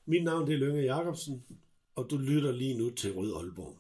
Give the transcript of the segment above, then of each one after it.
Mit navn er Lønge Jacobsen, og du lytter lige nu til Rød Aalborg.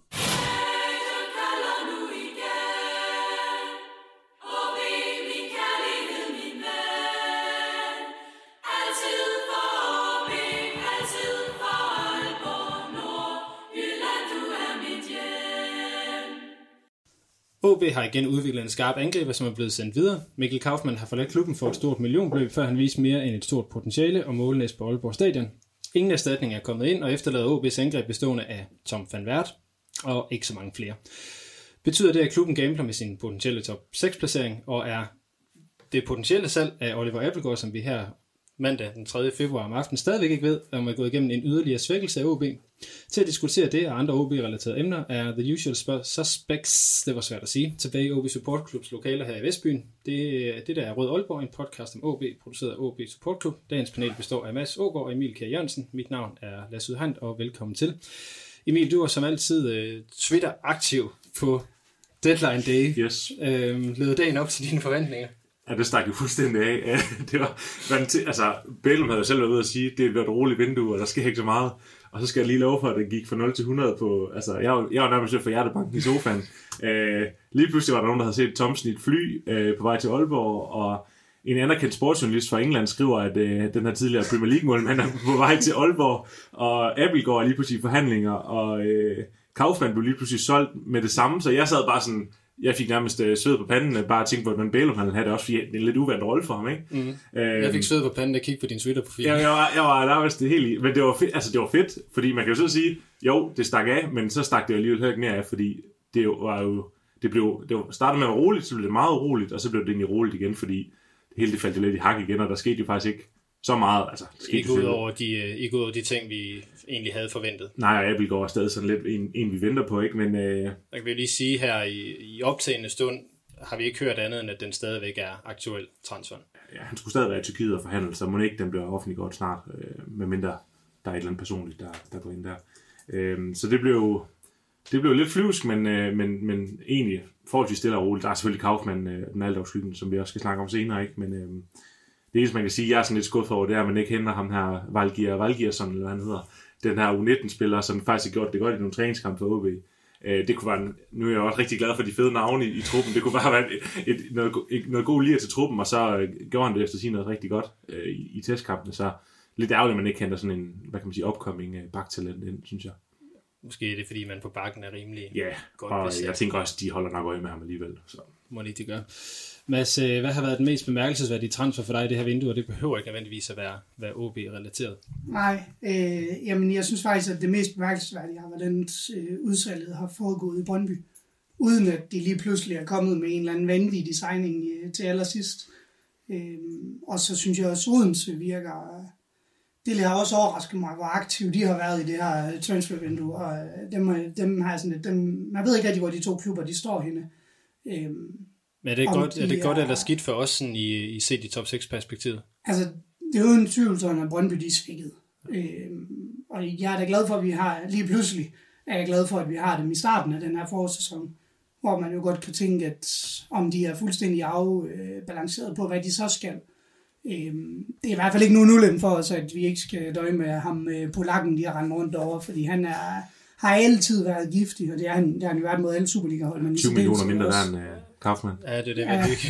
OB har igen udviklet en skarp angriber, som er blevet sendt videre. Mikkel Kaufmann har forladt klubben for et stort millionbeløb, før han viste mere end et stort potentiale og målnæs på Aalborg Stadion. Ingen erstatning er kommet ind, og efterlader OB's angreb bestående af Tom van Wert og ikke så mange flere. Betyder det, at klubben gambler med sin potentielle top 6-placering, og er det potentielle salg af Oliver Abildgaard, som vi her mandag den 3. februar om aftenen stadigvæk ikke ved, om er gået igennem en yderligere svækkelse af OB. Til at diskutere det og andre OB-relaterede emner er The Usual Suspects, det var svært at sige, tilbage i OB Support Clubs lokaler her i Vestbyen. Det der er Rød Aalborg, en podcast om OB, produceret af OB Support Club. Dagens panel består af Mads Aagaard og Emil Kjær Jørgensen. Mit navn er Lasse Udhandt, og velkommen til. Emil, du er som altid Twitter-aktiv på Deadline Day. Yes. Levede dagen op til dine forventninger? Ja, det stak jo fuldstændig af. Det var, Bælum havde jo selv været ude at sige, det er et roligt vindue, og der sker ikke så meget. Og så skal jeg lige love for, at det gik fra 0 til 100 på... Altså, jeg var nærmest for hjertebanken i sofaen. Lige pludselig var der nogen, der havde set Thomsen i et fly på vej til Aalborg, og en anerkendt sportsjournalist fra England skriver, at den her tidligere Premier League-målmand er på vej til Aalborg, og Abildgaard er lige pludselig i forhandlinger, og Kaufmann blev lige pludselig solgt med det samme, så jeg sad bare sådan... Jeg fik nærmest sved på panden, bare at tænke på, hvordan Bælum han havde det også, fordi det er en lidt uvandt rolle for ham, ikke? Mm. Jeg fik sved på panden, da kiggede på din Twitter-profil. Ja, jeg var nærmest det helt i. Men det var fedt, det var fedt, fordi man kan jo så sige, jo, det stak af, men så stak det alligevel heller ikke mere af, fordi det startede med at være roligt, så blev det meget roligt, og så blev det egentlig roligt igen, fordi det hele det faldt jo lidt i hak igen, og der skete jo faktisk ikke så meget. Altså, ikke ud over de ting, vi egentlig havde forventet. Nej, og Abildgaard er stadig sådan lidt en vi venter på, ikke? Men jeg vil lige sige her, i optagende stund har vi ikke hørt andet, end at den stadigvæk er aktuel transfer. Ja, han skulle stadig være i Tyrkiet og forhandle, så må ikke den bliver offentliggjort snart, medmindre der er et eller andet personligt, der går ind der. Så det blev lidt flyvsk, men egentlig forholdsvis stille og roligt. Der er selvfølgelig Kaufmann, den altafskyggen, som vi også skal snakke om senere, ikke? Men det eneste, man kan sige, jeg er sådan lidt skuffet over, det er, at man ikke henter ham her, Valgiersson, eller hvad han hedder, den her U19-spiller, som faktisk har gjort det godt i nogle træningskampe for OB. Det kunne være, nu er jeg også rigtig glad for de fede navne i truppen, det kunne bare være noget god lir til truppen, og så gjorde han det efter at sige noget rigtig godt i testkampene, så lidt ærgerligt, at man ikke henter sådan en, hvad kan man sige, upcoming baktalent ind, synes jeg. Måske er det, fordi man på bakken er rimelig godt og besat. Jeg tænker også, de holder nok øje med ham alligevel. Så. Må det ikke det gøre. Mads, hvad har været den mest bemærkelsesværdige transfer for dig i det her vindue, og det behøver ikke nødvendigvis at være OB-relateret? Nej, jamen jeg synes faktisk, at det mest bemærkelsesværdige har været den udsalget har foregået i Brøndby, uden at de lige pludselig er kommet med en eller anden vanvittig signing til allersidst. Og så synes jeg også, Odense virker... Det har også overrasket mig, hvor aktive de har været i det her transfervindue, og dem har jeg sådan lidt... Man ved ikke rigtig, hvor de to klubber de står henne. Men er det godt eller skidt for os sådan i set i top 6-perspektivet? Altså, det er jo en tvivl, sådan at Brøndby de er svækket. Og jeg er da glad for, at vi har... Lige pludselig er jeg glad for, at vi har dem i starten af den her forårssæson, hvor man jo godt kan tænke, at om de er fuldstændig afbalanceret på, hvad de så skal... Det er i hvert fald ikke nogen ulempe for os, at vi ikke skal døje med ham polakken, de har rendt rundt over, fordi han har altid været giftig, og det har han været mod alle Superliga-hold. 20 millioner mindre værd end Kaufmann. Ja, det er det,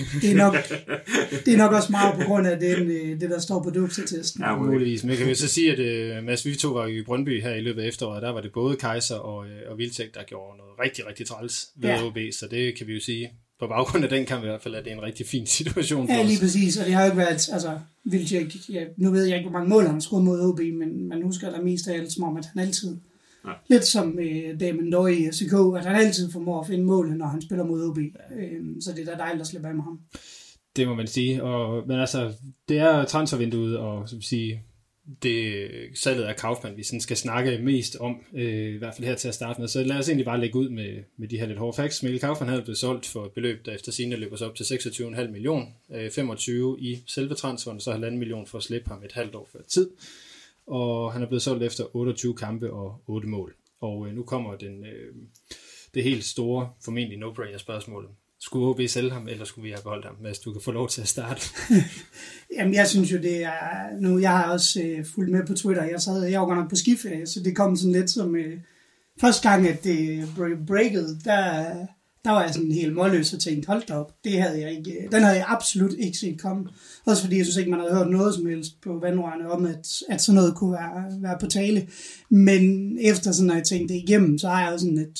det er nok også meget på grund af det der står på dåbsattesten. Ja, muligvis. Men kan vi så sige, at Mads, vi to var jo i Brøndby her i løbet af efteråret, der var det både Kaiser og Wilczek, der gjorde noget rigtig, rigtig træls ved OB, så det kan vi jo sige. På baggrund af den kamp i hvert fald, at det er en rigtig fin situation for os. Ja, lige præcis, og det har jo ikke været, altså, Wilczek, nu ved jeg ikke, hvor mange mål han har skruet mod OB, men man husker der mest af alt, som om, at han altid, lidt som Damon Døje i FCK, at han altid formår at finde målene, når han spiller mod OB. Så det er da dejligt at slippe af med ham. Det må man sige, men altså, det er transfervinduet, og som sige, det salget af Kaufmann, vi sådan skal snakke mest om, i hvert fald her til at starte med. Så lad os egentlig bare lægge ud med de her lidt hårde facts. Mikkel Kaufmann havde blevet solgt for et beløb, der efter sigende løber op til 26,5 millioner, 25 i selve transferen, så 1,5 million for at slippe ham et halvt år før tid. Og han er blevet solgt efter 28 kampe og 8 mål. Og nu kommer det helt store, formentlig no-brainer spørgsmål. Skulle OB sælge ham, eller skulle vi have beholdt ham, hvis du kan få lov til at starte? Jamen, jeg synes jo, det er... Nu, jeg har også fulgt med på Twitter. Jeg var godt nok på skiferie, så det kom sådan lidt som... første gang, at det breakede, der var jeg sådan helt målløs og tænkte, hold da op, den havde jeg absolut ikke set komme. Også fordi jeg synes ikke, man havde hørt noget som helst på vandrørene om, at sådan noget kunne være på tale. Men efter sådan, at jeg tænkte det igennem, så har jeg jo sådan et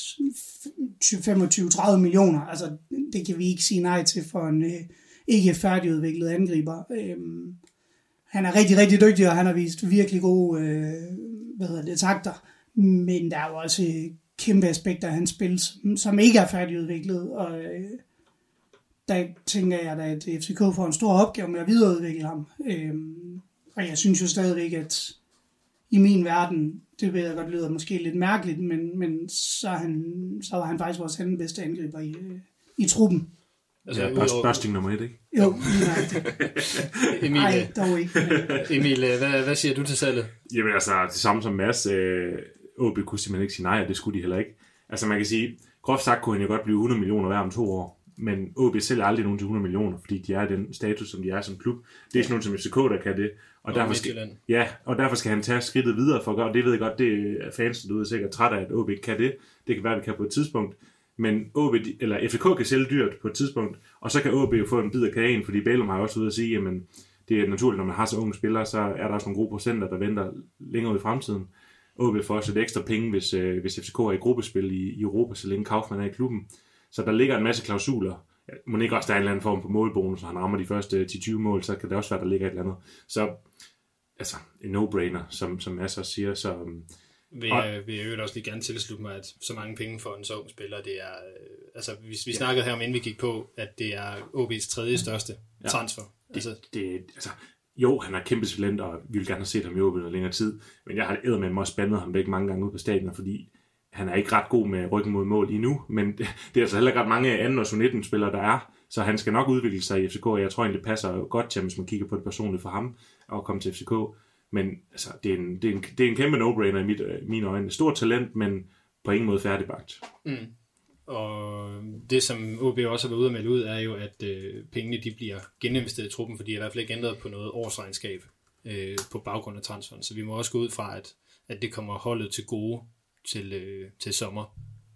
25-30 millioner. Altså, det kan vi ikke sige nej til for en ikke færdigudviklet angriber. Han er rigtig, rigtig dygtig, og han har vist virkelig gode takter. Men der er jo også kæmpe aspekter af hans spil, som ikke er færdigudviklet, og der tænker jeg, at FCK får en stor opgave med at videreudvikle ham. Og jeg synes jo stadigvæk, at i min verden, det ved jeg godt lyder måske lidt mærkeligt, men så var han faktisk vores anden bedste angriber i truppen. Altså, ja, børsting nummer 1, ikke? Jo, Emil, nej, dog ikke. Emil, hvad siger du til salget? Jamen altså, det samme som Mads. OB kunne simpelthen ikke sige nej, og det skulle de heller ikke. Altså man kan sige, groft sagt kunne han jo godt blive 100 millioner hver om 2 år, men OB sælger aldrig nogen til 100 millioner, fordi de er i den status, som de er som klub. Det er sådan nogen som FCK, der kan det. Og derfor skal han tage skridtet videre for at gøre, og det ved jeg godt, det er fansen derude sikkert træt af, at OB ikke kan det. Det kan være, at det kan på et tidspunkt. Men FCK kan sælge dyrt på et tidspunkt, og så kan OB jo få en bid af kagen, fordi Bælum har også ude at sige, jamen det er naturligt, når man har så unge spillere, så er der også nogle gode procenter, der venter længere ud i fremtiden. OB får også lidt ekstra penge, hvis FCK er i gruppespil i Europa, så længe Kaufmann er i klubben. Så der ligger en masse klausuler. Må ikke også der er en eller anden form på målbonus, så han rammer de første 10-20 mål, så kan det også være, der ligger et eller andet. Så altså en no-brainer, som Mads også siger. Så, vil jeg jo også lige gerne tilslutte mig, at så mange penge for en så ung spiller, det er... altså, vi snakkede her om, inden vi gik på, at det er OB's tredje største transfer. Jo, han er kæmpe talent, og vi vil gerne have set ham i OB noget længere tid, men jeg har eddermame også spændet ham væk mange gange ud på stadion, fordi han er ikke ret god med ryggen mod mål endnu, men det er altså heller ikke ret mange anden og 19-spillere, der er, så han skal nok udvikle sig i FCK, og jeg tror egentlig, det passer godt til, hvis man kigger på det personligt for ham, at komme til FCK. Men altså, det er en kæmpe no-brainer i mine øjne. Stort talent, men på ingen måde færdigbagt. Mm. Og det, som OB også har været ude at melde ud, er jo, at pengene de bliver geninvesteret i truppen, fordi de er i hvert fald ikke ændret på noget årsregnskab på baggrund af transferen. Så vi må også gå ud fra, at det kommer holdet til gode til sommer.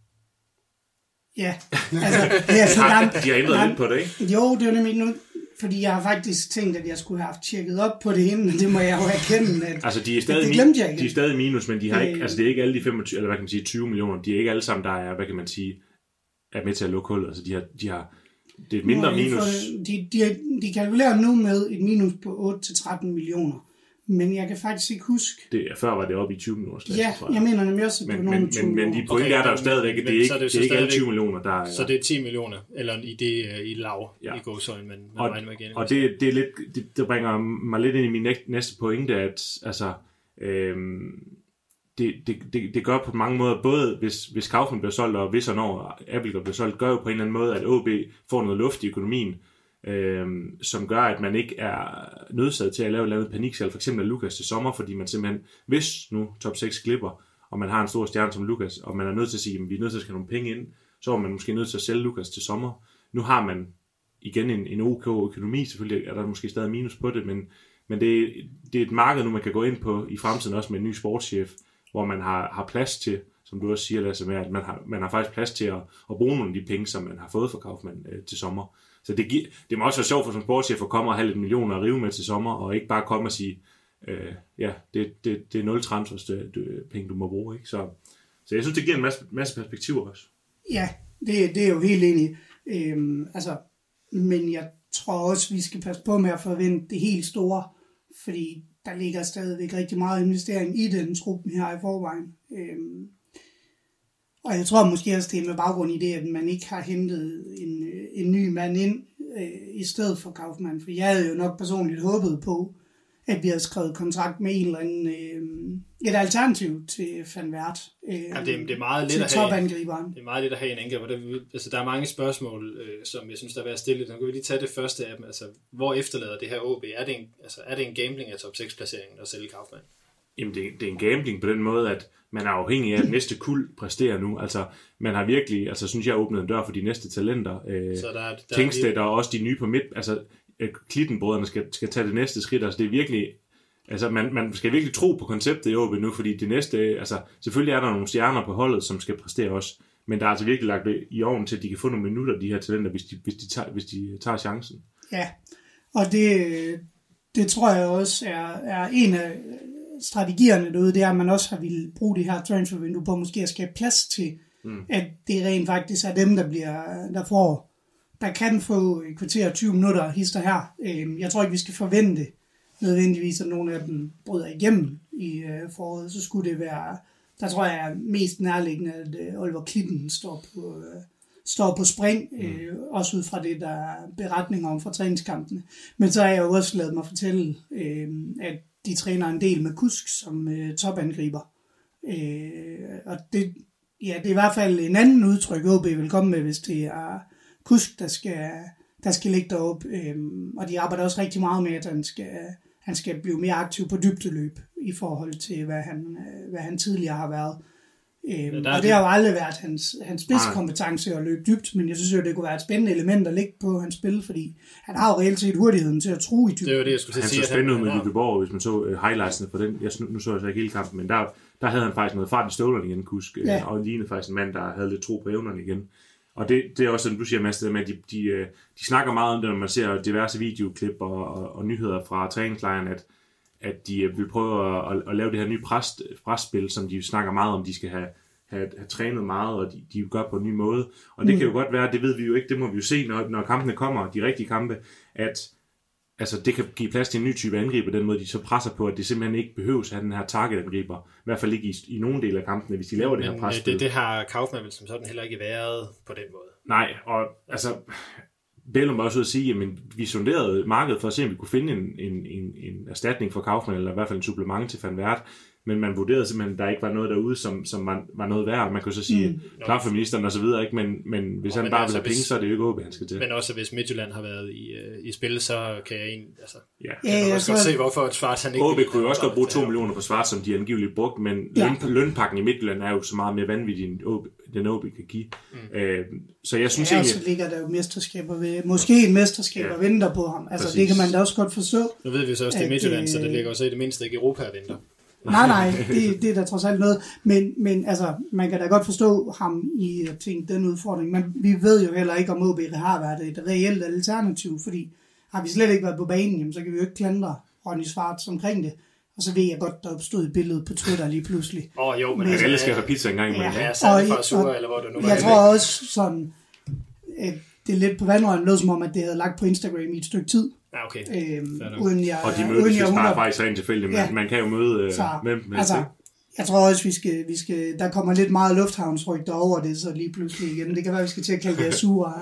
Ja, altså de har ændret lidt på det, ikke? Jo, det er jo nemlig nu, fordi jeg har faktisk tænkt, at jeg skulle have haft tjekket op på det inden, det må jeg jo erkende, at altså, de er stadig minus, men de har ikke, altså det er ikke alle de 25, eller hvad kan man sige, 20 millioner, de er ikke alle sammen, der er, hvad kan man sige, er med til at lukke hullet, altså de har det er et mindre minus. De kalkulerer nu med et minus på 8-13 millioner. Men jeg kan faktisk ikke huske... Før var det oppe i 20 millioner. Ja, jeg mener nemlig også, at det var nogle 20 millioner. Men de pointe er der jo stadigvæk, det er ikke alle 20 millioner, der er... Så det er 10 millioner, eller i lav, i gåsøjne, men man regner med igen. Og det er lidt, det bringer mig lidt ind i min næste pointe, at altså, det gør på mange måder, både hvis Kaufmann bliver solgt, og hvis og når Appelgaard bliver solgt, gør jo på en eller anden måde, at OB får noget luft i økonomien, som gør, at man ikke er nødsaget til at lave et eller andet paniksalg, for eksempel af Lukas til sommer, fordi man simpelthen, hvis nu top 6 glipper, og man har en stor stjerne som Lukas, og man er nødt til at sige, at vi er nødt til at skaffe nogle penge ind, så er man måske nødt til at sælge Lukas til sommer. Nu har man igen en OK økonomi, selvfølgelig er der måske stadig minus på det, men det er et marked nu, man kan gå ind på i fremtiden også med en ny sportschef, hvor man har plads til, som du også siger, Lasse, med, at man har faktisk plads til at bruge nogle af de penge, som man har fået fra Kaufmann til sommer. Så det må også være sjovt for som sportschef at komme og have lidt millioner at rive med til sommer, og ikke bare komme og sige, det er 0 transfers penge, du må bruge. Ikke? Så jeg synes, det giver en masse perspektiver også. Ja, det er jo helt enig. Men jeg tror også, vi skal passe på med at forvente det helt store, fordi der ligger stadigvæk rigtig meget investering i den truppen her i forvejen. Og jeg tror måske også, det er med baggrund i det, at man ikke har hentet en ny mand ind i stedet for Kaufmann. For jeg havde jo nok personligt håbet på, at vi havde skrevet kontrakt med en eller anden, et alternativ til Van Wert. Det er meget lidt til topangriberen. Det er meget lidt at have en angriber. Der er mange spørgsmål, som jeg synes, der er værd at stille. Nu kan vi lige tage det første af dem. Altså, hvor efterlader det her OB? Er det en gambling af top 6 placeringen at sælge Kaufmann? Jamen, det er en gambling på den måde, at man er afhængig af, at næste kuld præsterer nu. Altså, man har virkelig, altså synes jeg, åbnet en dør for de næste talenter. Så der Tingstedt og også de nye på midt, altså Klittenbrødrene skal tage det næste skridt. Altså, det er virkelig, altså man skal virkelig tro på konceptet i OB nu, fordi det næste, altså selvfølgelig er der nogle stjerner på holdet, som skal præstere også. Men der er altså virkelig lagt i ovnen til, at de kan få nogle minutter, de her talenter, hvis de tager chancen. Ja, og det tror jeg også er en af strategierne derude, det er, at man også har ville bruge det her transfervindue på måske at skabe plads til, at det rent faktisk er dem, der kan få et kvarter 20 minutter hister her. Jeg tror ikke, vi skal forvente nødvendigvis, at nogle af dem bryder igennem i foråret. Så skulle det være, der tror jeg er mest nærliggende, at Oliver Klitten står på spring, også ud fra det, der er beretninger om fra træningskampene. Men så har jeg jo også ladet mig fortælle, at de træner en del med Kusk som topangriber. Og det er i hvert fald en anden udtryk, OB vil komme med, hvis det er Kusk, der skal ligge deroppe. Og de arbejder også rigtig meget med, at han skal blive mere aktiv på dybdeløb i forhold til, hvad han tidligere har været. Og det har jo aldrig været hans spidskompetence at løbe dybt, men jeg synes jo, det kunne være et spændende element at ligge på hans spil, fordi han har jo reelt set hurtigheden til at true i dybden. Det er jo det, jeg skulle til at sige. Han så spændende ud med Lykke, hvis man så highlightsene på den. Nu så jeg så ikke hele kampen, men der havde han faktisk noget fart i støvlerne igen, Kusk, og lignede faktisk en mand, der havde lidt tro på evnerne igen. Og det er også, som du siger, Mads, det med, at de snakker meget om det, når man ser diverse videoklip og nyheder fra træningslejren, at de vil prøve at lave det her nye presspil, som de snakker meget om, de skal have trænet meget, og de gør på en ny måde. Og det kan jo godt være, det ved vi jo ikke, det må vi jo se, når kampene kommer, de rigtige kampe, at altså, det kan give plads til en ny type angriber, den måde de så presser på, at det simpelthen ikke behøves at have den her target-angriber. I hvert fald ikke i nogle dele af kampene, hvis de laver det her presspil. Det har Kaufmann vel som sådan heller ikke været på den måde. Nej, og altså, Bellum var også ude at sige, at vi sonderede markedet for at se, om vi kunne finde en erstatning for Kaufmann, eller i hvert fald en supplement til Van Wert. Men man vurderede simpelthen, at der ikke var noget derude, som var noget værd. Man kunne så sige, klapfeministeren og så videre, ikke? Men hvis han bare vil have penge, så er det jo ikke OB, han skal til. Men også hvis Midtjylland har været i spil, så kan jeg egentlig, altså, jeg også godt se, hvorfor et Schwarz han ikke... OB kunne jo også godt bruge 2 millioner på Schwarz, som de angiveligt brugt, men lønpakken i Midtjylland er jo så meget mere vanvittig, end den OB kan give. Så jeg synes egentlig... så ligger der jo mesterskaber måske et mesterskab og venter på ham. Altså, det kan man da også godt forstå. Nu ved vi så også, det er Midtjylland, så det ligger også i det mindste ikke Europa at venter. Nej, det er da trods alt noget, men altså, man kan da godt forstå ham i den udfordring, men vi ved jo heller ikke, om OB har været et reelt alternativ, fordi har vi slet ikke været på banen, jamen, så kan vi jo ikke klandre Ronny Schwarz omkring det, og så ved jeg godt, der opstod et billede på Twitter lige pludselig. Jo, men alle skal have pizza engang. Eller hvor det nu var. Jeg tror også sådan, at det er lidt på vandrøren, noget som om, at det havde lagt på Instagram i et stykke tid. Ja, okay. Og de mødes faktisk rent tilfældigt, men man kan jo møde hvem. Altså, jeg tror også, vi skal der kommer lidt meget lufthavnsrygter over det, så lige pludselig igen. Det kan være, vi skal til at kalde det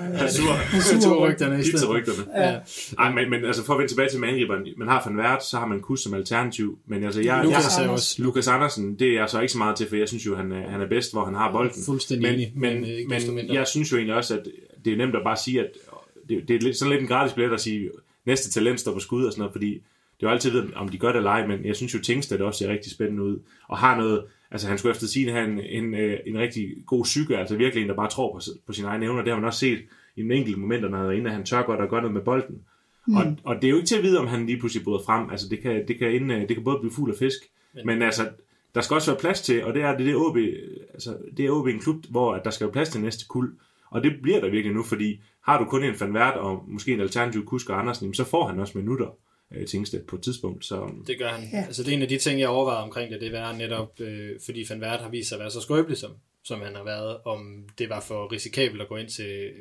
Azur-rygterne. Pizza-rygterne. Ja. Ej, men altså for at vende tilbage til angriberen, man har Van Wert, så har man Kusk som alternativ, men altså Lukas Andersen, det er jeg så ikke så meget til, for jeg synes jo, han er bedst, hvor han har bolden. Fuldstændig men jeg synes jo egentlig også, at det er nemt at bare sige, at det er sådan lidt en gratis billet at sige, næste talent står på skud og sådan noget, fordi det er jo altid ved, om de gør det eller ej, men jeg synes jo, Tingstedt også ser rigtig spændende ud, og har noget, altså han skulle efter sigende have en rigtig god psyke, altså virkelig en, der bare tror på sine egne evner, det har man også set i nogle enkelte momenter, når han tør godt og gør noget med bolden, og det er jo ikke til at vide, om han lige pludselig bryder frem, altså det kan både blive fugl og fisk, men altså, der skal også være plads til, og det er OB, altså det er OB en klub, hvor der skal være plads til næste kuld, og det bliver der virkelig nu, fordi har du kun en Van Wert og måske en alternativ Kusk og Andersen, så får han også minutter Tingstedt på et tidspunkt. Så... Det gør han. Ja. Altså det er en af de ting, jeg overvejede omkring det er netop, fordi Van Wert har vist sig at være så skrøbelig, som han har været, om det var for risikabelt at gå ind til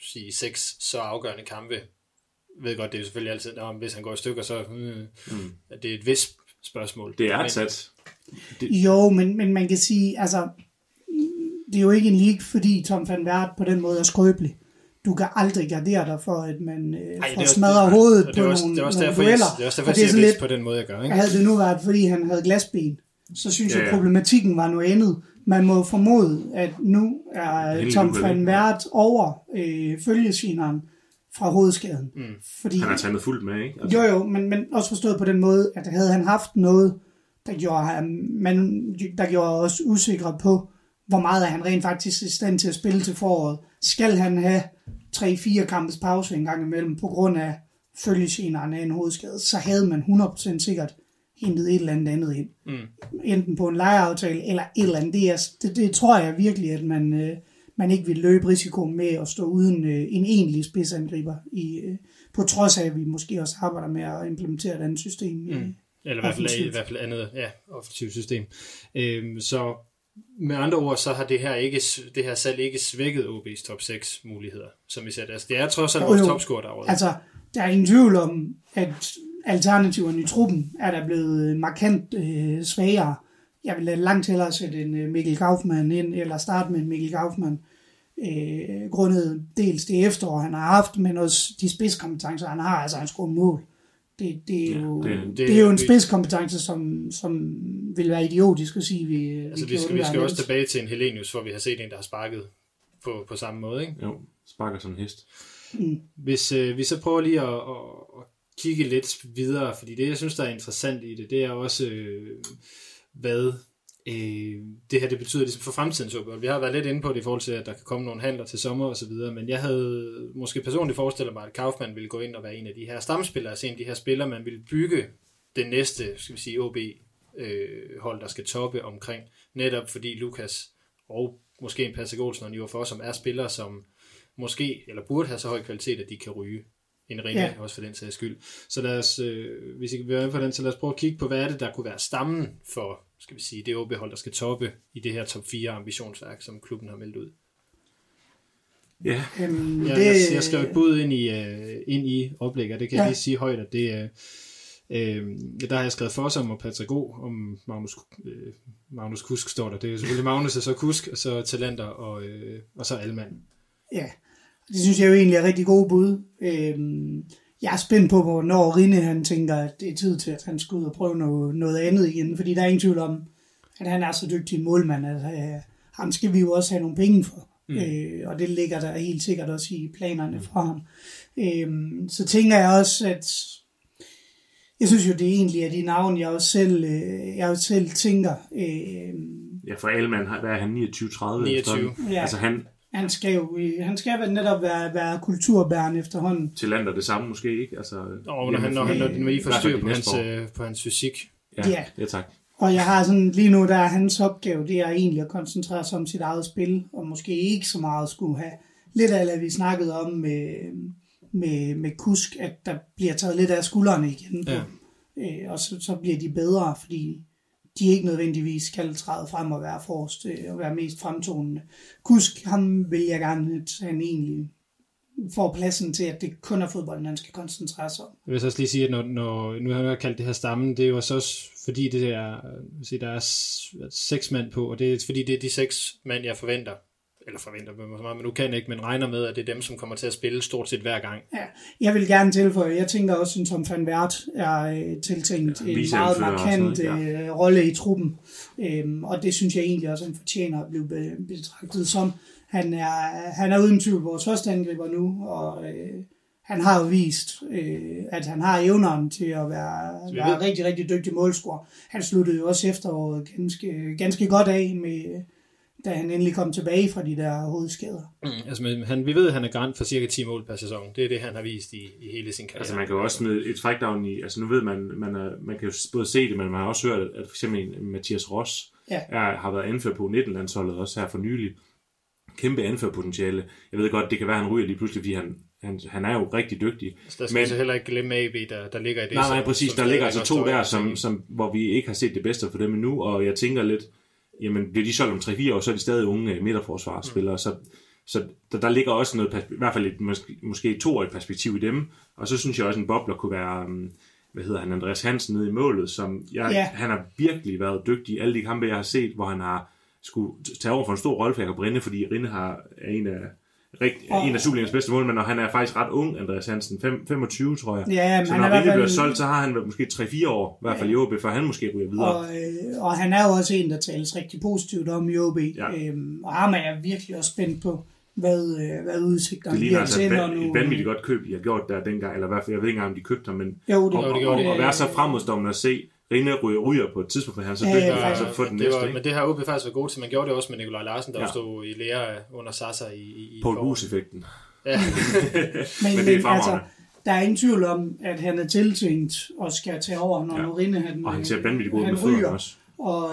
6 så afgørende kampe. Jeg ved godt, det er jo selvfølgelig altid, hvis han går i stykker, så det er et vist spørgsmål. Det er et sats. Jo, men man kan sige, altså det er jo ikke en league, fordi Tom Van Wert på den måde er skrøbelig. Du kan aldrig gardere dig for, at man får smadret hovedet på nogle dueller. Det er også derfor, jeg siger lidt på den måde, jeg gør. Ikke? Havde det nu været, fordi han havde glasben, så synes jeg, problematikken var noget andet. Man må formode, at nu er Tom Van Wert over følgesvineren fra hovedskaden. Fordi, han har taget fuldt med, ikke? Altså. Jo, men også forstået på den måde, at havde han haft noget der gjorde os usikre på, hvor meget er han rent faktisk i stand til at spille til foråret. Skal han have 3-4 kampes pause en gang imellem på grund af følgegenerne af en hovedskade, så havde man 100% sikkert hentet et eller andet ind. Enten på en lejeaftale eller et eller andet. Det tror jeg virkelig, at man ikke vil løbe risiko med at stå uden en egentlig spidsangriber, på trods af, at vi måske også arbejder med at implementere et andet system. Eller i hvert fald andet offensivt system. Så med andre ord, så har det her salg ikke svækket OB's top 6 muligheder, som vi sætter. Altså, det er trods alt vores topscorer derovre. Altså, der er ingen tvivl om, at alternativerne i truppen er der blevet markant svagere. Jeg vil langt hellere sætte en Mikkel Kaufmann ind, eller starte med en Mikkel Kaufmann, grundet dels det efterår, han har haft, men også de spidskompetencer, han har. Altså, han scorer mål. Det er jo en spidskompetence, som vil være idiotisk at sige. Vi skal også tilbage til en Helenius, hvor vi har set en, der har sparket på samme måde, ikke? Jo, sparker som en hest. Hvis vi så prøver lige at kigge lidt videre, fordi det, jeg synes, der er interessant i det er også, hvad det her det betyder ligesom for fremtidens OB. Vi har været lidt inde på det i forhold til, at der kan komme nogle handler til sommer og så videre, men jeg havde måske personligt forestillet mig, at Kaufmann ville gå ind og være en af de her stamspillere, altså en af de her spillere, man ville bygge det næste, skal vi sige, OB-hold, der skal toppe omkring, netop fordi Lukas og måske en Patrick Olsen og Niver For, som er spillere, som måske, eller burde have så høj kvalitet, at de kan ryge en Rene, også for den sags skyld. Så lad os, hvis I kan være med på den, så lad os prøve at kigge på, hvad er det, der kunne være stammen for, skal vi sige, det OB-hold, der skal toppe i det her top 4 ambitionsværk, som klubben har meldt ud. Ja. Jeg skrev et bud ind i oplægget, det kan jeg lige sige højt, at det der har jeg skrevet Fossum og Patrick O, om Magnus Kusk står der. Det er selvfølgelig Magnus, og så Kusk, og så Talander, og så Alman. Ja, det synes jeg jo egentlig er rigtig gode bud. Jeg er spændt på, hvornår Rine han tænker, at det er tid til, at han skal ud og prøve noget andet igen, fordi der er ingen tvivl om, at han er så dygtig en målmand, at ham skal vi jo også have nogle penge for. Og det ligger der helt sikkert også i planerne fra ham. Så tænker jeg også, at jeg synes jo, det er egentlig af de navne, jeg også selv tænker. Ja, for Alman, hvad er han, 29-30? 29. Ja. Altså han skal netop være kulturbærende efterhånden. Til lander det samme måske, ikke? Altså, når han lige får styr på hans fysik. Ja, tak. Og jeg har sådan, lige nu, der er hans opgave, det er egentlig at koncentrere sig om sit eget spil, og måske ikke så meget skulle have lidt af, at vi snakkede om med Kusk, at der bliver taget lidt af skuldrene igen på. Og så bliver de bedre, fordi de ikke nødvendigvis skal træde frem og være forrest og være mest fremtonende. Kusk, ham vil jeg gerne, at han egentlig får pladsen til, at det kun er fodbolden, han skal koncentrere sig om. Jeg vil så også lige sige, at når nu har jeg kaldt det her stammen, det er jo også fordi, der er 6 mand på, og det er fordi, det er de 6 mand, jeg forventer, men nu kan jeg ikke, men regner med, at det er dem, som kommer til at spille stort set hver gang. Ja, jeg vil gerne tilføje, jeg tænker også, at Tom van Wert er tiltænkt en meget markant rolle i truppen, og det synes jeg egentlig også, han fortjener at blive betragtet som. Han er uden tvivl vores første angriber nu, og han har jo vist, at han har evneren til at være rigtig, rigtig dygtig målscorer. Han sluttede jo også efteråret ganske godt af med, da han endelig kom tilbage fra de der hovedskader. Vi ved, at han er garant for cirka 10 mål per sæson. Det er det, han har vist i hele sin karriere. Altså man kan jo også smide et trackdown i, altså nu ved man kan jo både se det, men man har også hørt, at for eksempel Mathias Ross har været anført på 19-landsholdet også her for nylig. Kæmpe anførpotentiale. Jeg ved godt, det kan være, han ryger lige pludselig, fordi han er jo rigtig dygtig. Så der skal vi så heller ikke glemme AB, der ligger i det. Nej, præcis. Der ligger altså 2 der, hvor vi ikke har set det bedste for dem endnu, og jeg tænker lidt, jamen bliver de solgt om 3-4 år, så er de stadig unge midterforsvarsspillere, så der ligger også noget, i hvert fald måske et 2-årigt perspektiv i dem, og så synes jeg også, en bobler kunne være, Andreas Hansen nede i målet, han har virkelig været dygtig i alle de kampe, jeg har set, hvor han har skulle tage over for en stor rolle for Jakob Rinde, fordi Rinde er en af Superligaens bedste målmænd, og han er faktisk ret ung, Andreas Hansen, 25, tror jeg. Ja, så når Rinde bliver solgt, så har han måske 3-4 år, i hvert fald i OB, før han måske ryger videre. Og han er jo også en, der tales rigtig positivt om i OB, og ham er jeg virkelig også spændt på, hvad udsigterne bliver til. Det ligner et vanvittigt godt køb, I har gjort der dengang, eller i hvert fald, jeg ved ikke engang, om de købte ham, men det at være så fremadstormende at se, Rine ryger på et tidspunkt, for han så dygtig, og så få den næste. Men det har OB faktisk været godt til. Man gjorde det også med Nikolaj Larsen, der stod i lære under Sasa i Paul Hus-effekten. Ja. men det er fremragende. Der er ingen tvivl om, at han er tiltænkt og skal tage over, når nu Rine og han ser vanvittigt god med fødderne også. Og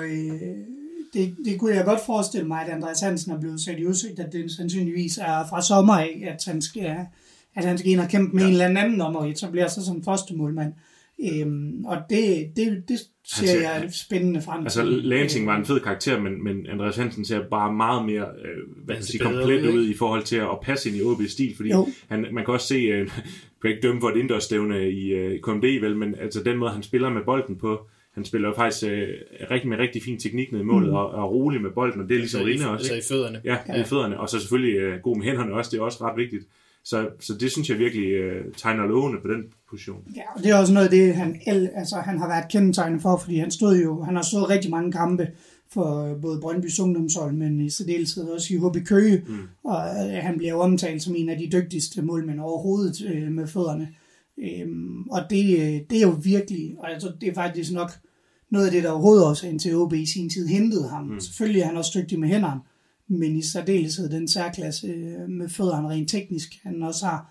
det kunne jeg godt forestille mig, at Andreas Hansen er blevet sat i udsigt, at det sandsynligvis er fra sommer af, at han skal ind og kæmpe med en eller anden om at etablere sig som første målmand. Og det ser jeg spændende frem til. Altså, Lansing var en fed karakter, men Andreas Hansen ser bare meget mere komplet ud i forhold til at passe ind i OB's stil, fordi man kan også se, kan ikke dømme for et indendørsstævne i KMD, vel, men altså den måde, han spiller med bolden på, han spiller jo faktisk med rigtig fin teknik ned i målet, og rolig med bolden, og det er ligesom Rine også. Altså i fødderne. Ja, i fødderne, og så selvfølgelig god med hænderne også, det er også ret vigtigt. Så det synes jeg virkelig tegner lovende på den position. Ja, og det er også noget af det, han har været kendetegnet for, fordi han har stået rigtig mange kampe for både Brøndbys ungdomshold, men i særdeleshed også i HB Køge, og han bliver omtalt som en af de dygtigste målmænd overhovedet med fødderne. Og det er jo virkelig, og altså, det er faktisk nok noget af det, der overhovedet også indtil OB i sin tid hentede ham. Selvfølgelig er han også dygtig med hænderne, men i særdeleshed den særklasse med fødderne rent teknisk, han også har.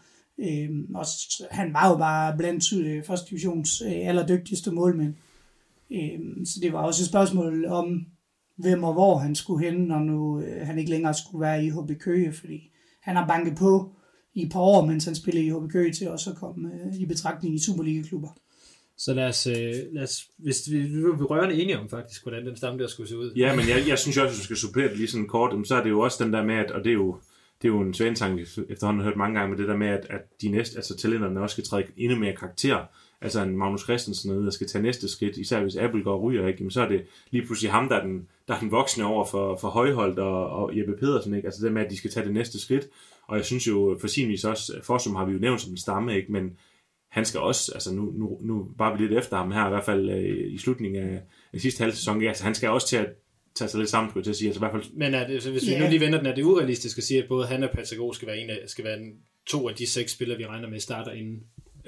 Han var jo bare blandt første divisions allerdygtigste målmænd. Så det var også et spørgsmål om, hvem og hvor han skulle hen, når nu han ikke længere skulle være i HB Køge, fordi han har banket på i et par år, mens han spillede i HB Køge til også at komme i betragtning i Superliga-klubber. Så lad os hvis vi er rørende enige om faktisk, hvordan den stamme der skulle se ud. Ja, men jeg synes også, at du skal supplere det lige sådan kort, så er det jo også den der med, at, og det er jo en svanesang, vi efterhånden har hørt mange gange med det der med, at de næste, altså talenterne også skal træde endnu mere karakter. Altså en Magnus Christensen, der skal tage næste skridt, især hvis Abelgaard ryger, ikke? Så er det lige pludselig ham, der er den voksne over for Højholdt og Jeppe Pedersen, ikke? Altså det med, at de skal tage det næste skridt. Og jeg synes jo, for sin vis også, Forsum har vi jo nævnt som en stamme, ikke? Men han skal også, altså nu bare vi lidt efter ham her, i hvert fald i slutningen af sidste halv sæson, altså han skal også til at tage sig lidt sammen, skulle jeg til at sige, altså i hvert fald. Men så hvis vi nu lige vender den, er det urealistisk at sige, at både han og Patrick skal være 2 af de 6 spillere, vi regner med starter inden?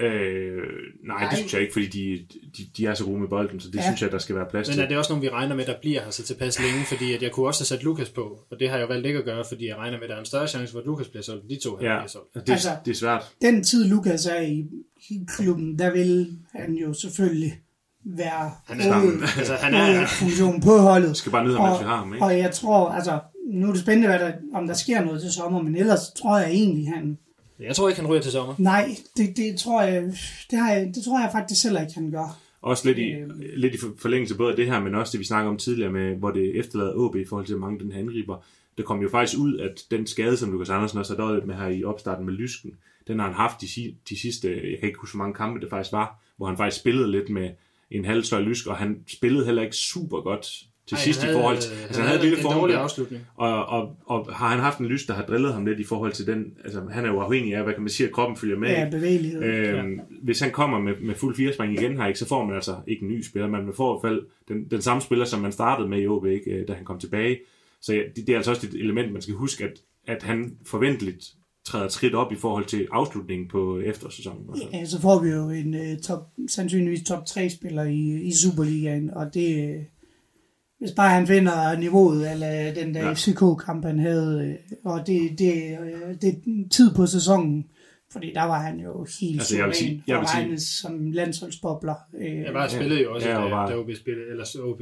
Nej, det synes jeg ikke, fordi de er så gode med bolden, så det synes jeg, der skal være plads til. Men er det også nogen, vi regner med, der bliver her så tilpas længe, fordi at jeg kunne også have sat Lukas på, og det har jeg jo valgt ikke at gøre, fordi jeg regner med, at der er en større chance for, at Lukas bliver solgt, de 2 her bliver solgt. Det er svært. Den tid, Lukas er i klubben, der vil han jo selvfølgelig være funktion på holdet. Skal bare nyde ham, at vi har ham, ikke? Og jeg tror, altså, nu er det spændende, om der sker noget til sommer, men ellers tror jeg egentlig, jeg tror ikke, han ryger til sommer. Nej, det tror jeg faktisk heller ikke, han gør. Også lidt i forlængelse både af det her, men også det, vi snakker om tidligere med, hvor det efterlader OB i forhold til mange den her angriber. Der kom jo faktisk ud, at den skade, som Lukas Andersen også har døjet med her i opstarten med lysken, den har han haft de sidste, jeg kan ikke huske, hvor mange kampe det faktisk var, hvor han faktisk spillede lidt med en halvstøj lysk, og han spillede heller ikke super godt til sidst i forhold til... Altså han havde en dårlig afslutning. Og har han haft en lyst, der har drillet ham lidt i forhold til den... Altså han er jo afhængig af, hvad kan man sige, at kroppen følger med. Ja, bevægelighed. Hvis han kommer med fuld 4-spring igen her, ikke, så får man altså ikke en ny spiller, man får i hvert fald den samme spiller, som man startede med i OB, ikke, da han kom tilbage. Så ja, det er altså også et element, man skal huske, at han forventeligt træder skridt op i forhold til afslutningen på efterårssæsonen. Ja, så får vi jo en sandsynligvis top 3-spiller i Superligaen, og det... Hvis bare han finder niveauet, eller den der FCK-kamp, han havde, og det er tid på sæsonen, fordi der var han jo helt suveræn og regnes som landsholdsbobler. Jeg bare spillede jo også, da OB spillede, ellers OB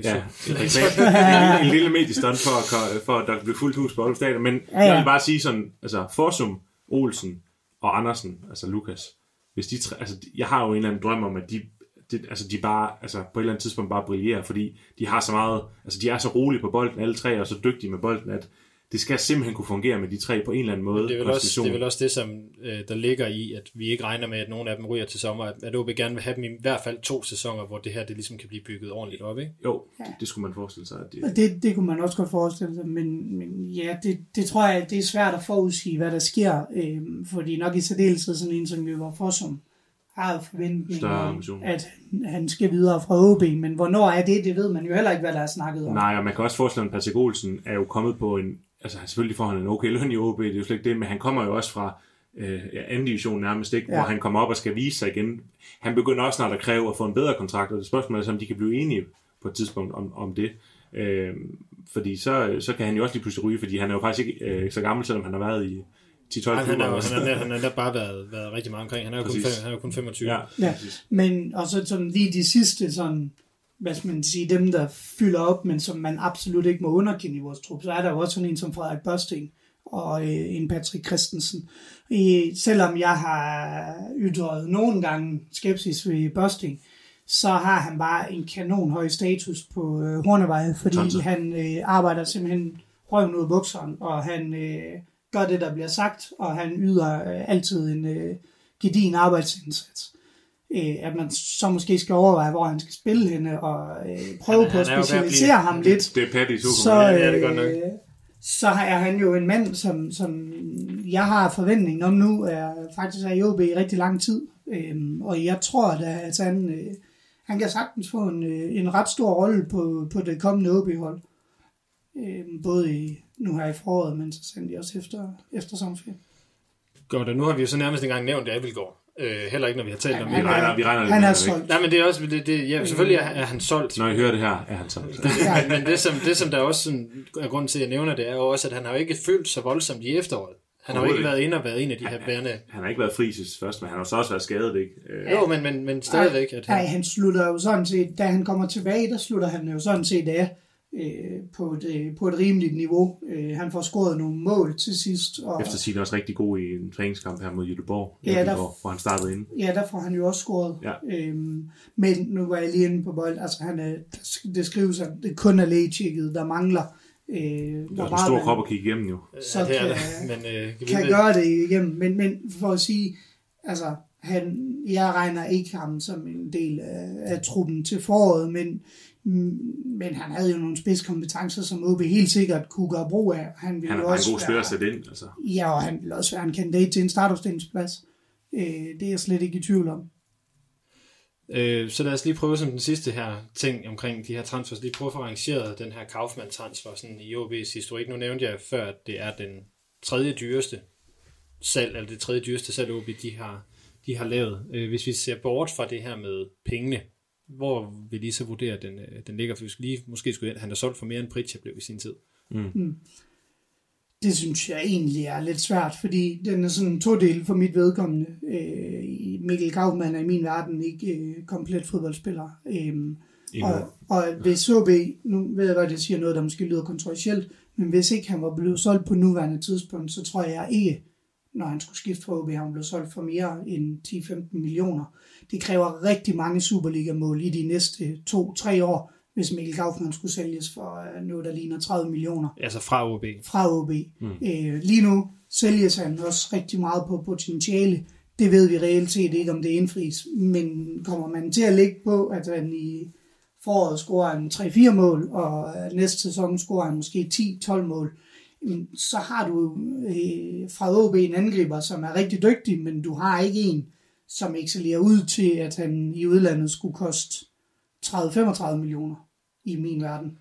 en lille mediestund for at der blev fuldt hus på Aalborg Stadion, men jeg vil bare sige sådan, altså Forsum, Olsen og Andersen, altså Lukas, hvis de altså jeg har jo en eller anden drøm om, at de bare, altså på et eller andet tidspunkt bare brillerer, fordi de har så meget, altså de er så rolige på bolden, alle 3 og så dygtige med bolden, at det skal simpelthen kunne fungere med de 3 på en eller anden måde. Det er vel også det, som der ligger i, at vi ikke regner med, at nogen af dem ryger til sommer, at OB gerne vil have dem i hvert fald 2 sæsoner, hvor det her det ligesom kan blive bygget ordentligt op, ikke? Jo, det skulle man forestille sig. Det kunne man også godt forestille sig, men ja, det tror jeg, det er svært at forudsige, hvad der sker, fordi nok i særdeleshed sådan en, som vi var for som har forventning om, at han skal videre fra OB, men hvornår er det ved man jo heller ikke, hvad der er snakket om. Nej, og man kan også forestille, at Patrick Olsen er jo kommet på en, altså selvfølgelig får han en okay løn i OB, det er jo slet ikke det, men han kommer jo også fra anden division nærmest, ikke? Hvor han kommer op og skal vise sig igen. Han begynder også snart at kræve at få en bedre kontrakt, og det spørgsmål er, om de kan blive enige på et tidspunkt om det. Fordi så kan han jo også lige pludselig ryge, fordi han er jo faktisk ikke så gammel, selvom han har været i 10-12 klubber. Han har bare været rigtig meget omkring. Han er jo kun 25. Ja. Men og så sådan lige de sidste sådan, hvad skal man sige, dem der fylder op, men som man absolut ikke må underkende i vores trup, så er der jo også sådan en som Frederik Børsting og en Patrick Christensen. Selvom jeg har ytret nogle gange skepsis ved Børsting, så har han bare en kanonhøj status på Hornevej, fordi han arbejder simpelthen røven ud af bukseren, og han gør det, der bliver sagt, og han yder altid en gedigen arbejdsindsats. At man så måske skal overveje, hvor han skal spille henne, og prøve på at specialisere ham lidt. Det er Patty, så er han jo en mand, som jeg har forventning om nu, faktisk er i OB i rigtig lang tid. Og jeg tror, at han kan sagtens få en ret stor rolle på det kommende OB-hold. Både nu her i foråret, men så sandelig også efter sommerferien. Godt, og nu har vi jo så nærmest engang nævnt Abildgaard. Heller ikke, når vi har talt om det. Vi regner han er solgt. Nej, men det er også, selvfølgelig er han solgt. Når I hører det her, er han solgt. Men det, som der også sådan, er grund til, at jeg nævner det, er jo også, at han har jo ikke følt så voldsomt i efteråret. Han har jo ikke været inde og været en af de her bærende... Han har ikke været Frises først, men han har så også været skadet, ikke? Jo, men stadigvæk. Han slutter jo sådan set, da han kommer tilbage, der slutter han jo sådan set af på et rimeligt niveau. Han får scoret nogle mål til sidst. Og efter sin også rigtig god i en træningskamp her mod Jødeborg, hvor han startede inde. Ja, der får han jo også scoret. Ja. Men nu var jeg lige inde på bold. Altså, det skrives, at det kun er lægetjekket, der mangler. Det er en stor krop at kigge igennem jo. Så kan gøre det igennem. Men for at sige, altså, jeg regner ikke ham som en del af truppen til foråret, men han havde jo nogle spidskompetencer, som OB helt sikkert kunne gøre brug af. Han er en god spiller at sætte ind. Altså. Ja, og han vil også være en kandidat til en startopstillingsplads. Det er jeg slet ikke i tvivl om. Så lad os lige prøve som den sidste her ting omkring de her transfers, lige prøve at få arrangeret den her Kaufmann-transfer sådan i OB's historik. Nu nævnte jeg før, at det er den tredje dyreste salg, OB de har lavet. Hvis vi ser bort fra det her med pengene, hvor vil I så vurdere, at den ligger? For vi skulle måske han er solgt for mere end Pritja blev i sin tid. Det synes jeg egentlig er lidt svært, fordi den er sådan todel for mit vedkommende. Mikkel Kaufmann er i min verden ikke komplet fodboldspiller. Og hvis OB, nu ved jeg godt, det siger noget, der måske lyder kontroversielt, men hvis ikke han var blevet solgt på nuværende tidspunkt, så tror jeg ikke, når han skulle skifte fra OB, han blev solgt for mere end 10-15 millioner. Det kræver rigtig mange Superliga-mål i de næste 2-3 år, hvis Mikkel Kaufmann skulle sælges for noget, der ligner 30 millioner. Altså fra OB? Fra OB. Lige nu sælges han også rigtig meget på potentiale. Det ved vi reelt set ikke, om det indfries. Men kommer man til at lægge på, at han i foråret scorer han 3-4 mål, og næste sæson scorer han måske 10-12 mål, så har du fra OB en angriber, som er rigtig dygtig, men du har ikke en, som excellerer ud til, at han i udlandet skulle koste 30-35 millioner i min verden.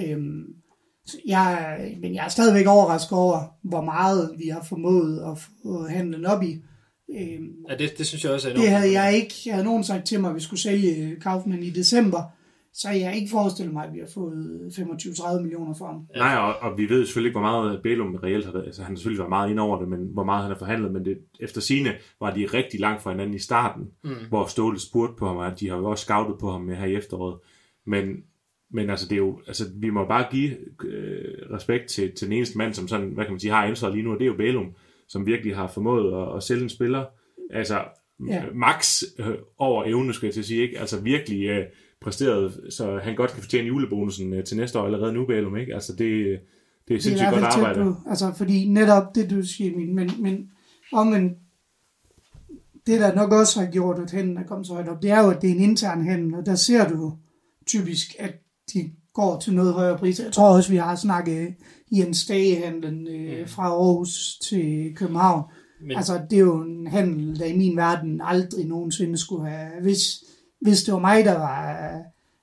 Men jeg er stadigvæk overrasket over, hvor meget vi har formået at få handlen op i. Ja, det synes jeg også er enormt. Det havde jeg ikke. Jeg havde nogen sagt til mig, at vi skulle sælge Kaufmann i december, så jeg ikke forestillet mig, at vi har fået 25-30 millioner for ham. Nej, og vi ved selvfølgelig ikke, hvor meget Bælum reelt har været. Altså, han har selvfølgelig været meget ind over det, men hvor meget han har forhandlet. Men efter sigende var de rigtig langt fra hinanden i starten, hvor Ståle spurgte på ham, og de har jo også scoutet på ham her i efteråret. Men altså, det er jo, altså, vi må bare give respekt til den eneste mand, som sådan, hvad kan man sige, har ansvaret lige nu, og det er jo Bælum, som virkelig har formået at sælge en spiller. Altså, max over evne, skal jeg til at sige, ikke? Altså virkelig præsteret, så han godt kan fortjene julebonusen til næste år allerede nu, Bælum, ikke? Altså, det er sindssygt godt arbejde. Altså, fordi netop det, du siger, men det, der nok også har gjort, at hænden er kommet så højt op, det er jo, at det er en intern hænden, og der ser du typisk, at de går til noget højere pris. Jeg tror også, vi har snakket Jens Stage-handlen fra Aarhus til København. Men altså, det er jo en handel, der i min verden aldrig nogensinde skulle have... Hvis det var mig, der var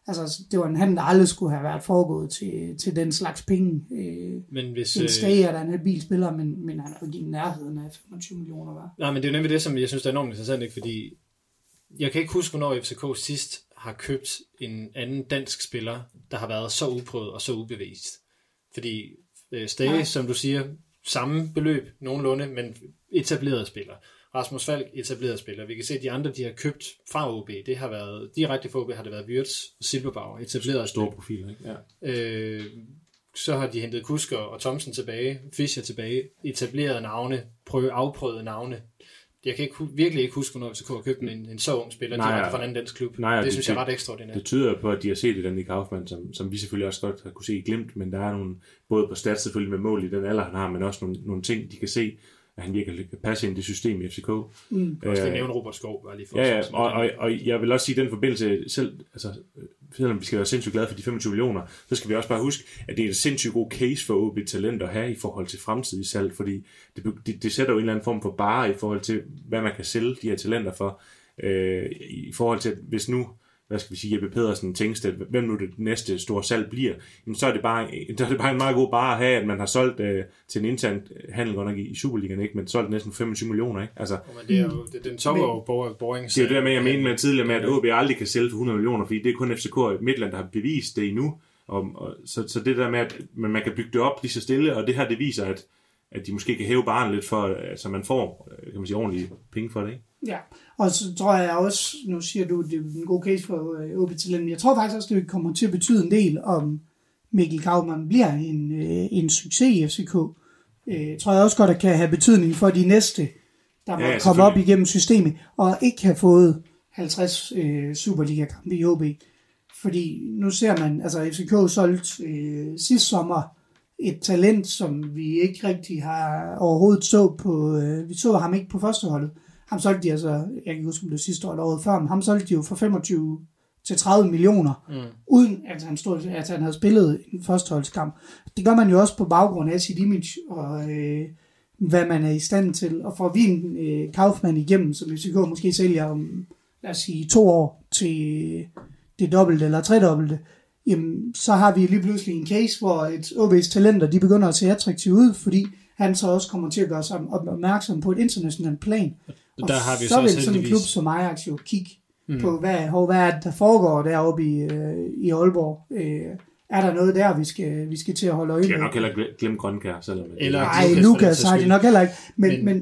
Altså, det var en handel, der aldrig skulle have været foregået til den slags penge. Men hvis... En Stay er der en habil spiller, men han er jo ikke i nærheden af 25 millioner, var. Nej, men det er jo nemlig det, som jeg synes, der er enormt interessant, ikke? Fordi jeg kan ikke huske, hvornår FCK sidst har købt en anden dansk spiller, der har været så uprøvet og så ubevist. Fordi Stay, som du siger, samme beløb nogenlunde, men etableret spiller. Rasmus Falk, etableret spiller. Vi kan se, at de andre, de har købt fra OB, det har været, direkte for OB har det været Wirtz og Silberbauer, etableret store profiler, ikke? Ja. Så har de hentet Kusker og Thomsen tilbage, Fischer tilbage, etablerede navne, afprøvede navne. Jeg kan virkelig ikke huske, hvornår FCK har købt en så ung spiller direkte fra en anden dansk klub. Det synes jeg er ret ekstraordinært. Det tyder på, at de har set i den i Kaufmann, som vi selvfølgelig også godt har kunne se i glimt, men der er nogle, både på stats selvfølgelig med mål i den alder, han har, men også nogle ting, de kan se, at han virkelig kan passe ind i det system i FCK. Også det nævne Robert Skov, bare lige for. Ja, og jeg vil også sige, at den forbindelse selv, altså, selvom vi skal være sindssygt glade for de 25 millioner, så skal vi også bare huske, at det er en sindssygt god case for OB Talent at have i forhold til fremtidig salg, fordi det sætter jo en eller anden form for bare i forhold til, hvad man kan sælge de her talenter for, i forhold til, hvis nu, hvad skal vi sige, Jeppe Pedersen, Tengstedt, hvem nu det næste store salg bliver, jamen, så er det bare en meget god bare at have, at man har solgt til en intern handel godt nok i Superligaen, ikke? Men solgt næsten 25 millioner, ikke? Altså, men det er jo, den topper jo boring. Det er jo det med, jeg mener med tidligere med, at OB aldrig kan sælge for 100 millioner, fordi det er kun FCK og Midtland, der har bevist det endnu. Så det der med, at man kan bygge det op lige så stille, og det her, det viser, at de måske kan hæve baren lidt for, så man får, kan man sige, ordentlige penge for det, ikke? Ja, og så tror jeg også, nu siger du, det er en god case for OB Talent, jeg tror faktisk også, det kommer til at betyde en del, om Mikkel Kaufmann bliver en succes i FCK. Tror jeg også godt, at kan have betydning for de næste, der må komme op igennem systemet, og ikke have fået 50 Superliga-kampe i OB. Fordi nu ser man, altså FCK solgte sidste sommer et talent, som vi ikke rigtig har overhovedet så på, vi så ham ikke på førsteholdet. Ham solgte de altså, jeg kan ikke huske, om det var sidste år eller året før, men ham solgte de jo for 25 til 30 millioner, uden at han havde spillet en førsteholdskamp. Det gør man jo også på baggrund af sit image, og hvad man er i stand til. Og får vi en Kaufmann igennem, som FCK måske sælger om, lad os sige, 2 år til det dobbelte eller tredobbelte, jamen, så har vi lige pludselig en case, hvor et OB's talenter, de begynder at se attraktive ud, fordi han så også kommer til at gøre sig opmærksom på et internationalt plan. Og der har vi så vil sådan en klub som Ajax jo kigge på, hvad er det, der foregår deroppe i Aalborg. Er der noget der, vi skal til at holde øje med? De har nok heller glemt Grønkær, selvom... Nej, Lukas har de nok heller ikke. Men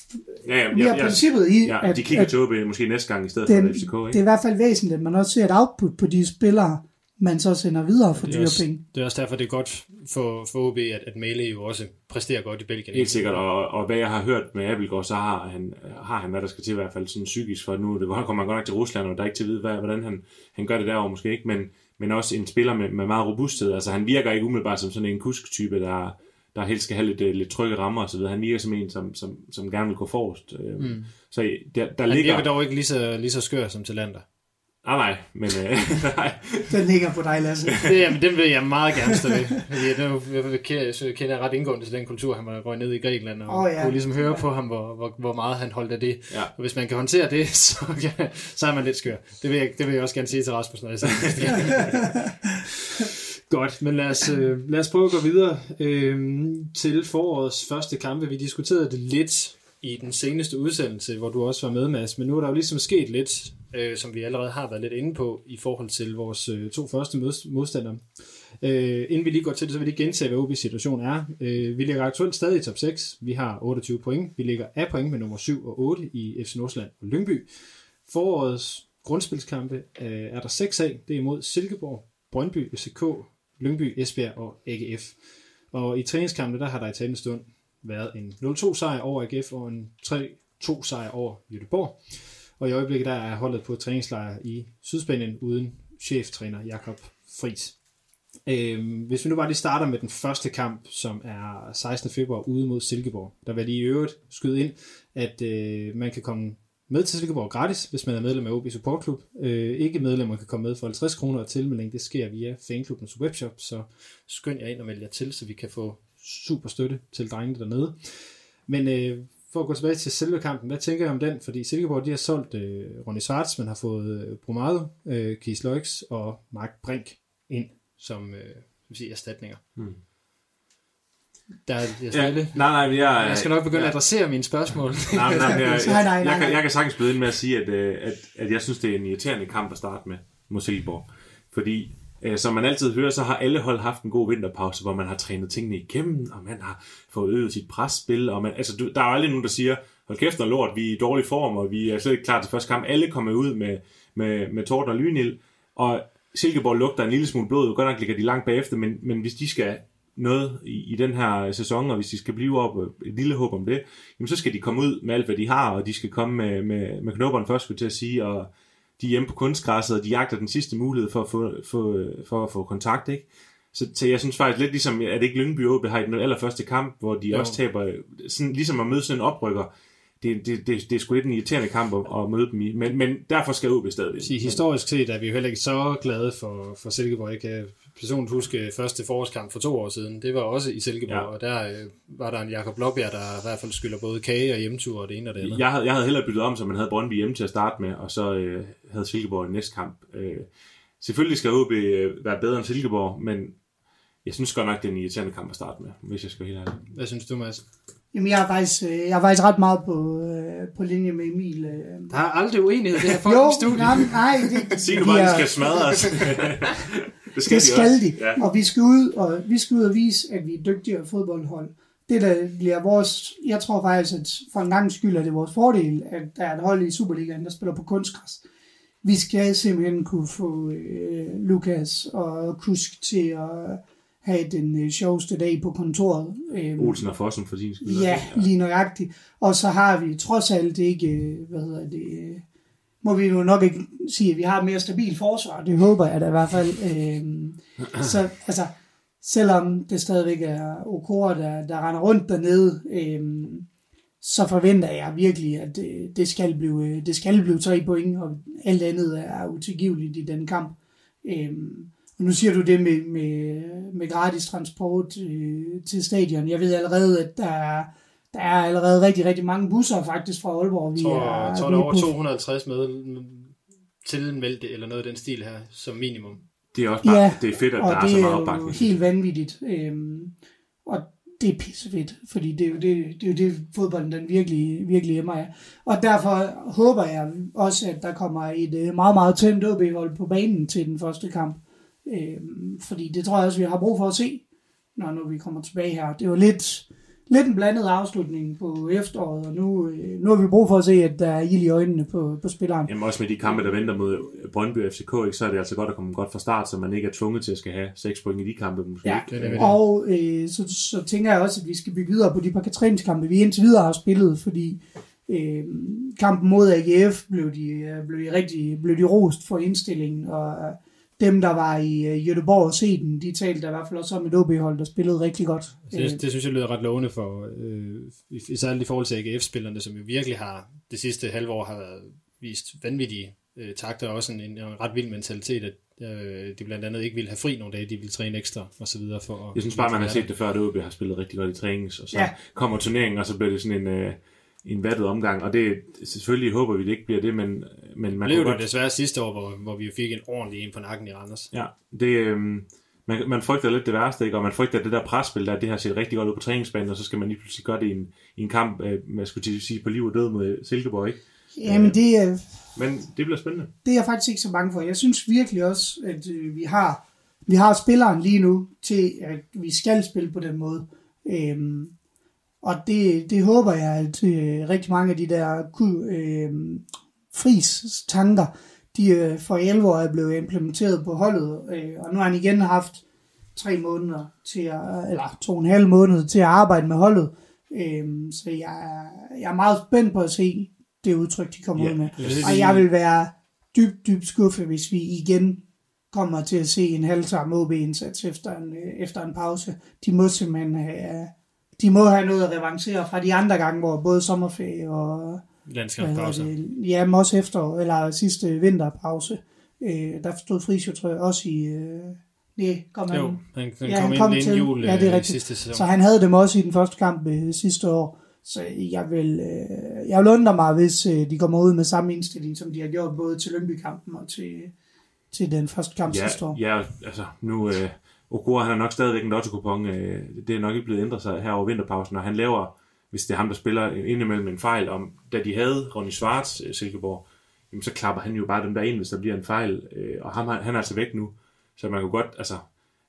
vi har princippet i, at de kigger til OB måske næste gang i stedet for FCK, ikke? Det er i hvert fald væsentligt, at man også ser et output på de spillere, man så sender videre for dyre penge. Det er også derfor, det er godt for OB, at Mæle jo også præsterer godt i Belgien. Helt sikkert, og hvad jeg har hørt med Abelgaard, så har han hvad der skal til i hvert fald sådan psykisk, for nu kommer man godt nok til Rusland, og der er ikke til at vide, hvordan han gør det derovre måske ikke, men også en spiller med meget robusthed. Altså han virker ikke umiddelbart som sådan en kusk-type, der helst skal have lidt trygge rammer og så videre. Han virker som en, som gerne vil gå forrest. Så han virker dog ikke lige så skør som Talander. Nej, men... nej. Den ligger på dig, Lasse. Jamen, den vil jeg meget gerne stå ved. Jeg kender ret indgående til den kultur, han var røget ned i Grækenland, og kunne ligesom høre på ham, hvor meget han holdt af det. Ja. Og hvis man kan håndtere det, så er man lidt skør. Det vil jeg også gerne sige til Rasmus, når jeg siger det. Godt, men lad os prøve at gå videre til forårets første kampe. Vi diskuterede det lidt i den seneste udsendelse, hvor du også var med, Mads, men nu er der jo ligesom sket lidt, som vi allerede har været lidt inde på, i forhold til vores 2 første modstandere. Inden vi lige går til det, så vil jeg lige gentage, hvad OB's situation er. Vi ligger aktuelt stadig i top 6. Vi har 28 point. Vi ligger af point med nummer 7 og 8 i FC Nordsjælland og Lyngby. Forårets grundspilskampe er der 6 af. Det er imod Silkeborg, Brøndby, FCK, Lyngby, Esbjerg og AGF. Og i træningskampe, der har der i talende stund været en 0-2 sejr over AGF og en 3-2 sejr over Göteborg. Og i øjeblikket der er holdet på træningslejr i Sydspanien uden cheftræner Jakob Friis. Hvis vi nu bare lige starter med den første kamp, som er 16. februar ude mod Silkeborg, der vil jeg lige i øvrigt skyde ind, at man kan komme med til Silkeborg gratis, hvis man er medlem af OB Support Club. Ikke medlemmer kan komme med for 50 kroner, og tilmelding det sker via fanklubbens webshop, så skynd jer ind og meld jer til, så vi kan få super støtte til drengene dernede. Men for at gå tilbage til selve kampen, hvad tænker jeg om den? Fordi Silkeborg, de har solgt Ronny Schwartz, man har fået Brumado, Kies Loix og Mark Brink ind som erstatninger. Der er jeg skal nok begynde at adressere mine spørgsmål. Jeg kan sagtens byde ind med at sige, at jeg synes, det er en irriterende kamp at starte med mod Silkeborg. Fordi, som man altid hører, så har alle hold haft en god vinterpause, hvor man har trænet tingene igennem, og man har fået øget sit presspil. Og der er jo aldrig nogen, der siger, hold kæft noget lort, vi er i dårlig form, og vi er slet ikke klar til første kamp. Alle kommer ud med torden og lynild, og Silkeborg lugter en lille smule blod. Godt nok ligger de langt bagefter, men hvis de skal noget i den her sæson, og hvis de skal blive op et lille håb om det, jamen så skal de komme ud med alt, hvad de har, og de skal komme med knopperne først, skulle til at sige, og de er hjemme på kunstgræsset, og de jagter den sidste mulighed for at få kontakt, ikke? Så jeg synes faktisk lidt ligesom, at ikke Lyngby OB har i den allerførste kamp, hvor de også taber, sådan, ligesom at møde sådan en oprykker. Det er sgu lidt en irriterende kamp at møde dem i, men derfor skal OB stadigvæk. Historisk set er vi jo heller ikke så glade for Silkeborg. Jeg kan personligt huske første forårskamp for 2 år siden. Det var også i Silkeborg, og der var der en Jakob Blåbjerg, der i hvert fald skylder både kage og hjemtur og det ene og det andet. Jeg havde hellere byttet om, så man havde Brøndby hjemme til at starte med, og så havde Silkeborg i næste kamp. Selvfølgelig skal OB være bedre end Silkeborg, men jeg synes godt nok, det er en irriterende kamp at starte med, hvis jeg skal helt ærlig. Hvad synes du, Mads? Jamen, jeg er faktisk ret meget på linje med Emil. Der er aldrig uenighed, det her folk i studiet. Nej, sig nu bare, at de skal smadres. det skal de. Ja. Og vi skal ud og vise, at vi er dygtigere fodboldhold. Det der bliver vores, jeg tror faktisk, at for en gang skyld er det vores fordel, at der er et hold i Superligaen, der spiller på kunstgræs. Vi skal simpelthen kunne få Lukas og Kusk til at have den sjoveste dag på kontoret. Olsen og Fossen for din skyld. Ja, lige nøjagtigt. Og så har vi trods alt ikke, må vi jo nok ikke sige, at vi har et mere stabilt forsvar. Det håber jeg da i hvert fald. Så altså, selvom det stadigvæk er Okora, der render rundt dernede, så forventer jeg virkelig, at det skal blive 3 point, og alt andet er utilgiveligt i den kamp. Og nu siger du det med gratis transport til stadion. Jeg ved allerede, at der er allerede rigtig, rigtig mange busser faktisk fra Aalborg. Jeg tror der er over 250 med tilmeldte eller noget af den stil her, som minimum. Det er også bare, det er fedt, at der er så meget opbakning. Og det er jo helt vanvittigt. Og det er pissefedt, fordi det er jo det fodbolden den virkelig emmer af. Og derfor håber jeg også, at der kommer et meget, meget tyndt OB-hold på banen til den første kamp. Fordi det tror jeg også, vi har brug for at se, når vi kommer tilbage her. Det var lidt en blandet afslutning på efteråret, og nu har vi brug for at se, at der er ild i øjnene på spilleren. Jamen også med de kampe, der venter mod Brøndby og FCK, ikke, så er det altså godt at komme godt fra start, så man ikke er tvunget til at skal have 6 point i de kampe. Måske. Ja, og så tænker jeg også, at vi skal bygge videre på de par træningskampe, vi indtil videre har spillet, fordi kampen mod AGF blev de rost for indstillingen, og dem, der var i Göteborg og se den, de talte i hvert fald også om et OB-hold, der spillede rigtig godt. Det synes jeg lyder ret lovende for, især i forhold til AGF-spillerne, som jo virkelig har det sidste halve år har vist vanvittige takter, og også en ret vild mentalitet, at de blandt andet ikke ville have fri nogle dage, de ville træne ekstra og så videre. Jeg synes bare, man har set det før, at OB har spillet rigtig godt i trænings, og så kommer turneringen, og så bliver det sådan en vattet omgang, og det selvfølgelig håber vi, det ikke bliver det, men man blev det godt desværre sidste år, hvor vi fik en ordentlig en på nakken i Randers. Ja, det man frygter lidt det værste, ikke? Og man frygter det der presspil, det har set rigtig godt ud på træningsbanen, og så skal man lige pludselig gøre det i en kamp, man skulle til at sige på liv og død mod Silkeborg, ikke? Ja, men men det bliver spændende. Det er jeg faktisk ikke så bange for. Jeg synes virkelig også, at vi har spilleren lige nu til, at vi skal spille på den måde. Og det håber jeg, at rigtig mange af de der Friis tanker, de for 11 år er blevet implementeret på holdet. Og nu har han igen haft 3 måneder eller 2,5 måneder til at arbejde med holdet. Så jeg er meget spændt på at se det udtryk, de kommer ud med. Og jeg vil være dybt skuffet, hvis vi igen kommer til at se en halvtam OB-indsats efter en pause. De må simpelthen have noget at revancere fra de andre gange, hvor både sommerferie og landskampspause. Ja, men også efterår, eller sidste vinterpause. Der stod Friis jo, tror jeg, også i... han kom ind inden jul sidste sæson. Så han havde dem også i den første kamp sidste år. Så jeg vil undre mig, hvis de kommer ud med samme indstilling, som de har gjort både til Lyngby-kampen og til den første kamp sidste år. Ja, altså nu... Okora, han er nok stadigvæk en lotto-kupon. Det er nok ikke blevet ændret sig her over vinterpausen, og han laver, hvis det er ham, der spiller indimellem en fejl, om da de havde Ronny Schwartz, Silkeborg, jamen, så klapper han jo bare dem der ind, hvis der bliver en fejl, og han er altså væk nu. Så man kan godt, så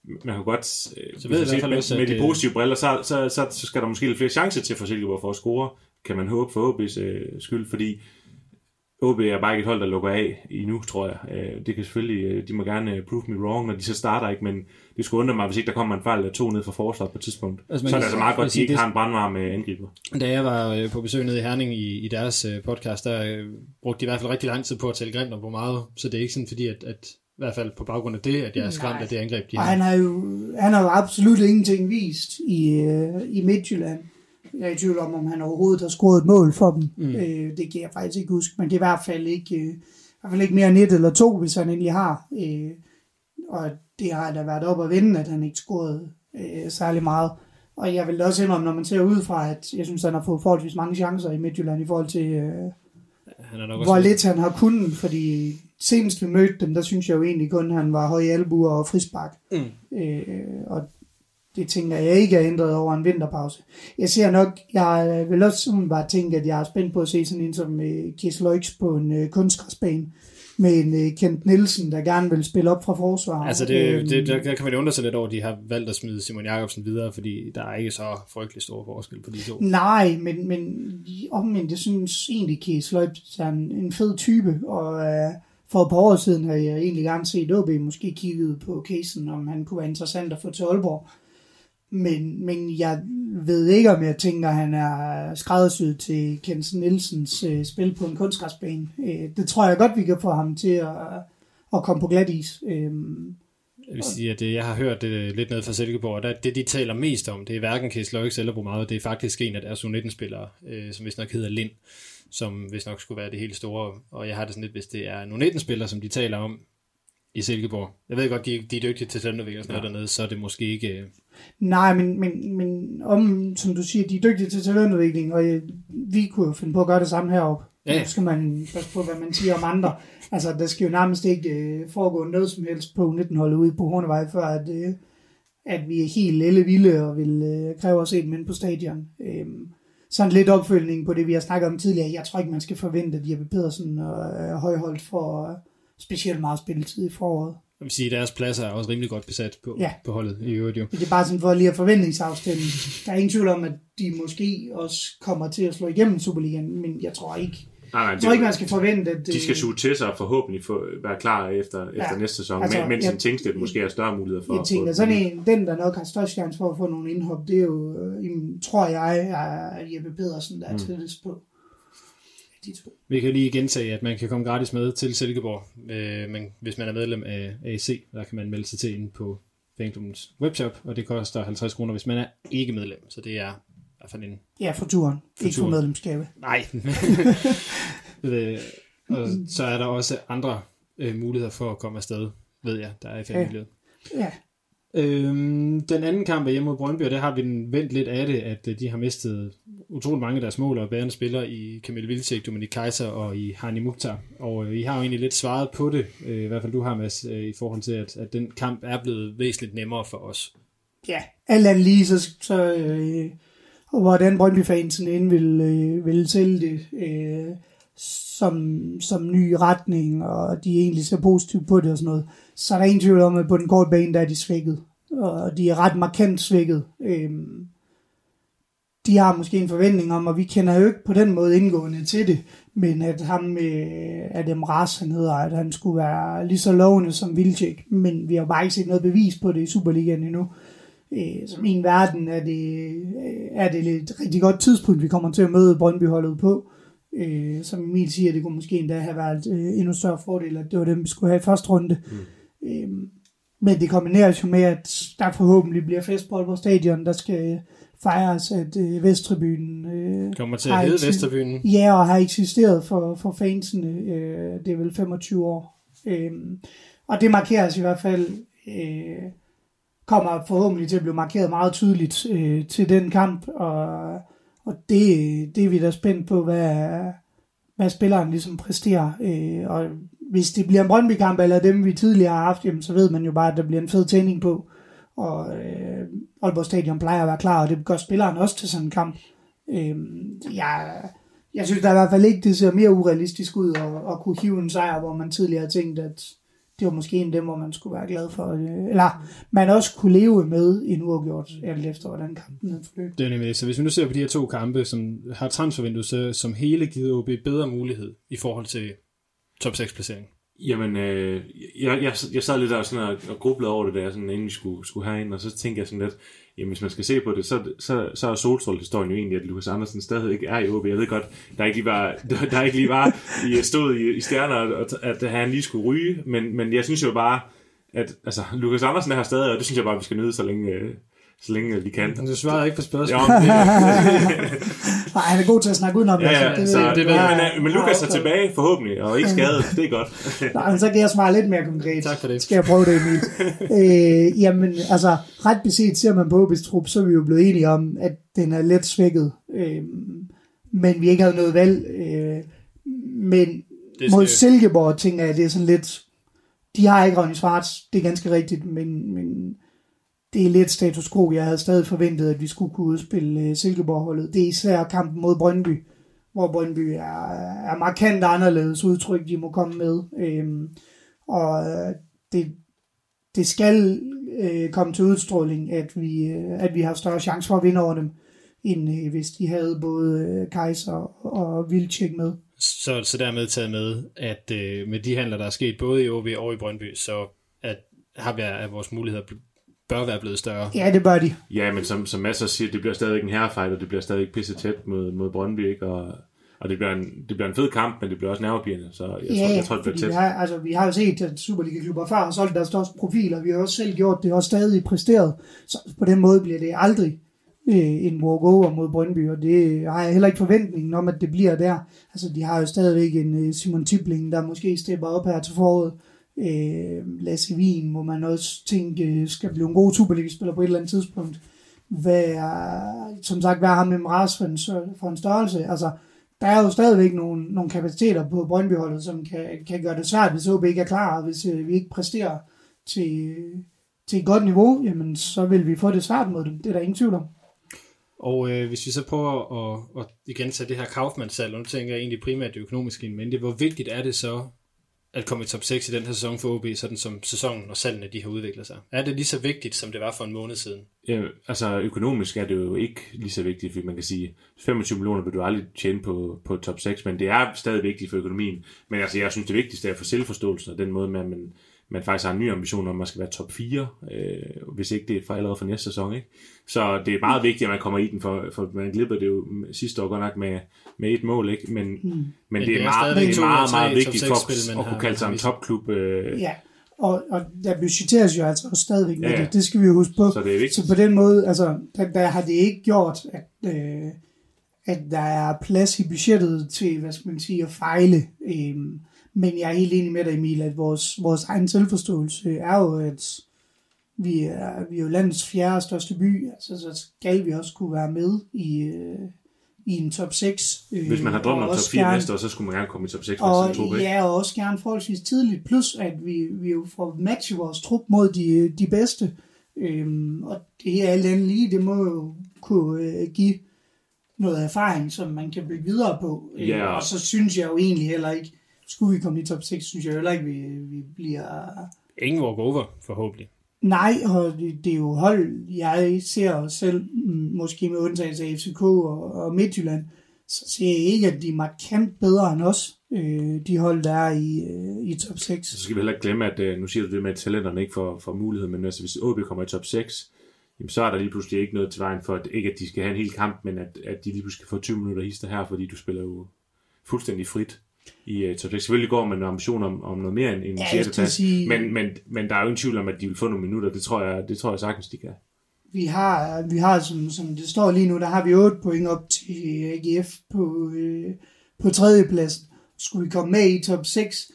ved jeg med de positive briller, så skal der måske lidt flere chancer til for Silkeborg for at score, kan man håbe for OB's skyld, fordi OB er bare ikke et hold, der lukker af endnu, tror jeg. Det kan selvfølgelig, de må gerne prove me wrong, når de så starter ikke, men det skulle undre mig, hvis ikke der kommer en fejl af 2 ned for forsvaret på et tidspunkt. Altså, så er det altså meget godt, at de ikke har en brandvarme angriber. Da jeg var på besøg nede i Herning i deres podcast, der brugte de i hvert fald rigtig lang tid på at tælle Grimter på meget, så det er ikke sådan fordi, at i hvert fald på baggrund af det, at jeg er skræmt af det angreb, de har. Han har jo absolut ingenting vist i Midtjylland. Jeg er i tvivl om han overhovedet har scoret et mål for dem. Det kan jeg faktisk ikke huske, men det er i hvert fald ikke mere end 1 eller 2, hvis han egentlig har. Og det har da været op at vende, at han ikke scorede særlig meget. Og jeg vil også indrømme, når man ser udefra, at jeg synes, han har fået forholdsvis mange chancer i Midtjylland i forhold til, hvor lidt han har kunnet. Fordi senest vi mødte dem, der synes jeg jo egentlig kun, han var høj albuer og frispark. Og det tænker jeg ikke er ændret over en vinterpause. Jeg vil også bare tænke, at jeg er spændt på at se sådan en som Kies Løjks på en kunstgræsbane med en Kent Nielsen, der gerne vil spille op fra forsvaret. Altså der kan man jo undre sig lidt over, at de har valgt at smide Simon Jakobsen videre, fordi der er ikke så frygtelig stor forskel på de to. Nej, men omvendt, jeg synes egentlig, Kies Løjks er en fed type, og for et par år siden havde jeg egentlig gerne set OB måske kigget på casen, om han kunne være interessant at få til Aalborg. Men jeg ved ikke, om jeg tænker, at han er skræddersyet til Kent Nielsens spil på en kunstgræsbane. Det tror jeg godt, vi kan få ham til at komme på glat is. Jeg vil sige, at jeg har hørt det lidt ned fra Silkeborg, og det de taler mest om, det er hverken Kies Løjks eller Brumado, det er faktisk en af deres U19-spillere, som vist nok hedder Lind, som vist nok skulle være det helt store, og jeg har det sådan lidt, hvis det er en U19-spiller, som de taler om i Silkeborg. Jeg ved godt, de er dygtige til talentudvikling og sådan noget dernede, så er det måske ikke... Nej, men som du siger, de er dygtige til talentudvikling, og vi kunne jo finde på at gøre det samme heroppe. Ja. Nu skal man passe på, hvad man siger om andre. Altså, der skal jo nærmest ikke foregå noget som helst på U19-holdet ude på Hornevej, før at vi er helt ellevilde og vil kræve at se dem ind på stadion. Sådan lidt opfølgning på det, vi har snakket om tidligere. Jeg tror ikke, man skal forvente, at Jeppe Pedersen og Højholdt får specielt meget spilletid i foråret. Jeg vil sige, at deres pladser er også rimelig godt besat på holdet i øvrigt jo. Det er bare sådan for lige at forventningsafstemme. Der er ingen tvivl om, at de måske også kommer til at slå igennem Superligaen, men jeg tror ikke, man skal forvente, at... De skal suge til sig og forhåbentlig være klar efter næste sæson, altså, mens en Tingstedt måske har større muligheder for... Jeg tænker, sådan den, der nok har størst chance for at få nogle indhop, det er jo, tror jeg, er Jeppe Pedersen, der er tættest på. Vi kan lige gentage, at man kan komme gratis med til Silkeborg, men hvis man er medlem af AC, der kan man melde sig til inde på Fanklubens webshop, og det koster 50 kroner, hvis man er ikke medlem, så det er i hvert fald en... Ja, for turen. Ikke for medlemskab. Nej. Og så er der også andre muligheder for at komme afsted, ved jeg, der er i fanmiljøet. Ja. Den anden kamp er hjemme mod Brøndby, og der har vi vendt lidt af det, at de har mistet utrolig mange af deres mål og bærende spillere i Kamil Vilcek, Dominik Kaiser og i Hani Mukhtar. Og I har jo egentlig lidt svaret på det, i hvert fald du har, Mads, i forhold til, at den kamp er blevet væsentligt nemmere for os. Ja, alt andet lige, så hvordan Brøndby-fansen end vil sælge det som ny retning, og de egentlig ser positivt på det og sådan noget, så er der ingen tvivl om, at på den korte bane, der er de svækket. Og de er ret markant svækket. De har måske en forventning om, og vi kender jo ikke på den måde indgående til det, men at ham Adam Ras, han hedder, at han skulle være lige så lovende som Vilcek, men vi har bare ikke set noget bevis på det i Superligaen endnu. Som i en verden er det et rigtig godt tidspunkt, vi kommer til at møde Brøndby-holdet på. Som Emil siger, det kunne måske endda have været endnu større fordel, at det var dem, vi skulle have i første runde. Men det kombineres jo med, at der forhåbentlig bliver fest på Aalborg Stadion, der skal fejres, at Vesttribunen kommer til at hedde Vesttribunen. Ja, og har eksisteret for fansene. Det er vel 25 år. Og det markeres i hvert fald, kommer forhåbentlig til at blive markeret meget tydeligt til den kamp, Og det er vi da spændt på, hvad spilleren ligesom præsterer. Og hvis det bliver en Brøndby-kamp, eller dem vi tidligere har haft, jamen, så ved man jo bare, at der bliver en fed tænding på. Og Aalborg Stadion plejer at være klar, og det gør spilleren også til sådan en kamp. Jeg synes da i hvert fald ikke, det ser mere urealistisk ud at kunne hive en sejr, hvor man tidligere har tænkt, at det var måske en af dem, hvor man skulle være glad for. Eller man også kunne leve med en uafgjort, alt efter hvordan kampen er forløbet. Det er nemlig. Så hvis vi nu ser på de her 2 kampe, som har transfervinduet, så som hele givet OB bedre mulighed i forhold til top 6-placering. Jamen, jeg sad lidt og grublede over det der, sådan, inden vi skulle herind, og så tænkte jeg sådan lidt, jamen hvis man skal se på det, så er Solstråle-historien jo egentlig, at Lukas Andersen stadig ikke er i OB. Jeg ved godt, der ikke lige var stået i stjerner, at han lige skulle ryge, men jeg synes jo bare, at altså, Lukas Andersen er her stadig, og det synes jeg bare, vi skal nyde, så længe vi kan. Du svarede ikke på spørgsmål. Nej, han er god til at snakke udenom. Men Lukas er tilbage forhåbentlig, og ikke skadet. Det er godt. Nej, men så kan jeg svare lidt mere konkret. Tak for det. Skal jeg prøve det, Emil? Jamen, altså, ret beset ser man på OB's trup, så er vi jo blevet enige om, at den er lidt svækket. Men vi ikke havde noget valg. Men mod Silkeborg, tænker jeg, det er sådan lidt... De har ikke Ronny Schwarz, det er ganske rigtigt, men det er lidt status quo. Jeg havde stadig forventet, at vi skulle kunne udspille Silkeborg-holdet. Det er især kampen mod Brøndby, hvor Brøndby er markant anderledes udtryk, de må komme med. Og det skal komme til udstråling, at vi har større chance for at vinde over dem, end hvis de havde både Kaiser og Wilczek med. Så dermed taget med, at med de handler, der er sket både i OB og i Brøndby, så at vores muligheder bør være blevet større. Ja, det bør de. Ja, men som Mads også siger, det bliver stadig en herrefight, og det bliver stadig pisse tæt mod Brøndby, ikke? Og det bliver en fed kamp, men det bliver også nervepirrende, så jeg tror, det bliver tæt. Vi har jo set, at Superliga-klubber før har solgt deres største profiler, vi har også selv gjort det, og stadig præsteret, så på den måde bliver det aldrig en walk-over mod Brøndby, og det har jeg heller ikke forventningen om, at det bliver der. Altså, de har jo stadigvæk en Simon Tibling, der måske stepper op her til foråret. Lasse Wien, må man også tænke, skal blive en god Superliga-spiller på et eller andet tidspunkt. Som sagt, hvad har ham med Mraz for en størrelse? Altså, der er jo stadigvæk nogle kapaciteter på Brøndby-holdet, som kan gøre det svært, hvis OB ikke er klar, og hvis vi ikke præsterer til et godt niveau, jamen, så vil vi få det svært mod dem. Det er der ingen tvivl om. Og hvis vi så prøver at igen tage det her Kaufmann-salg, og nu tænker jeg egentlig primært det økonomiske, men hvor vigtigt er det så at komme i top 6 i den her sæson for OB, sådan som sæsonen og salgene de har udviklet sig? Er det lige så vigtigt, som det var for en måned siden? Ja, altså økonomisk er det jo ikke lige så vigtigt, fordi man kan sige, 25 millioner vil du aldrig tjene på top 6, men det er stadig vigtigt for økonomien. Men altså, jeg synes, det vigtigste er for selvforståelsen, og den måde med, at man faktisk har en ny ambition om, at man skal være top 4, hvis ikke det er allerede for næste sæson, ikke? Så det er meget vigtigt, at man kommer i den, for man glippede det jo sidste år godt nok med et mål, ikke? Men det er meget vigtigt for at kunne kalde sig en topklub. Ja, og der budgetteres jo altså også stadigvæk med det. Det skal vi jo huske på. Så det er vigtigt. Så på den måde, altså, der har det ikke gjort, at der er plads i budgettet til, hvad skal man sige, at fejle. Men jeg er helt enig med dig, Emil, at vores egen selvforståelse er jo, at vi er jo landets 4. største by, altså så skal vi også kunne være med i en top 6. Hvis man har drømt om top 4 næste år, så skulle man gerne komme i top 6. Og også gerne forholdsvis tidligt, plus at vi jo får matche vores trup mod de bedste. Og det her alt andet lige, det må jo kunne give noget erfaring, som man kan bygge videre på. Og så synes jeg jo egentlig heller ikke, skulle vi komme i top 6, synes jeg heller ikke, vi bliver... Ingen walk-over, forhåbentlig. Nej, og det er jo hold, jeg ser os selv, måske med undtagelse af FCK og Midtjylland, så ser jeg ikke, at de er markant bedre end os, de hold, der er i top 6. Så skal vi heller ikke glemme, at nu siger du det med, at talenterne ikke får mulighed, men altså, hvis OB kommer i top 6, jamen, så er der lige pludselig ikke noget til vejen for, at ikke at de skal have en hel kamp, men at de lige pludselig skal få 20 minutter hister her, fordi du spiller jo fuldstændig frit i top 6. Selvfølgelig går man en ambition om noget mere end en 6. plads, men der er jo ingen tvivl om, at de vil få nogle minutter. Det tror jeg sagtens, de kan. Vi har som det står lige nu, der har vi 8 point op til AGF på 3. pladsen. Skulle vi komme med i top 6,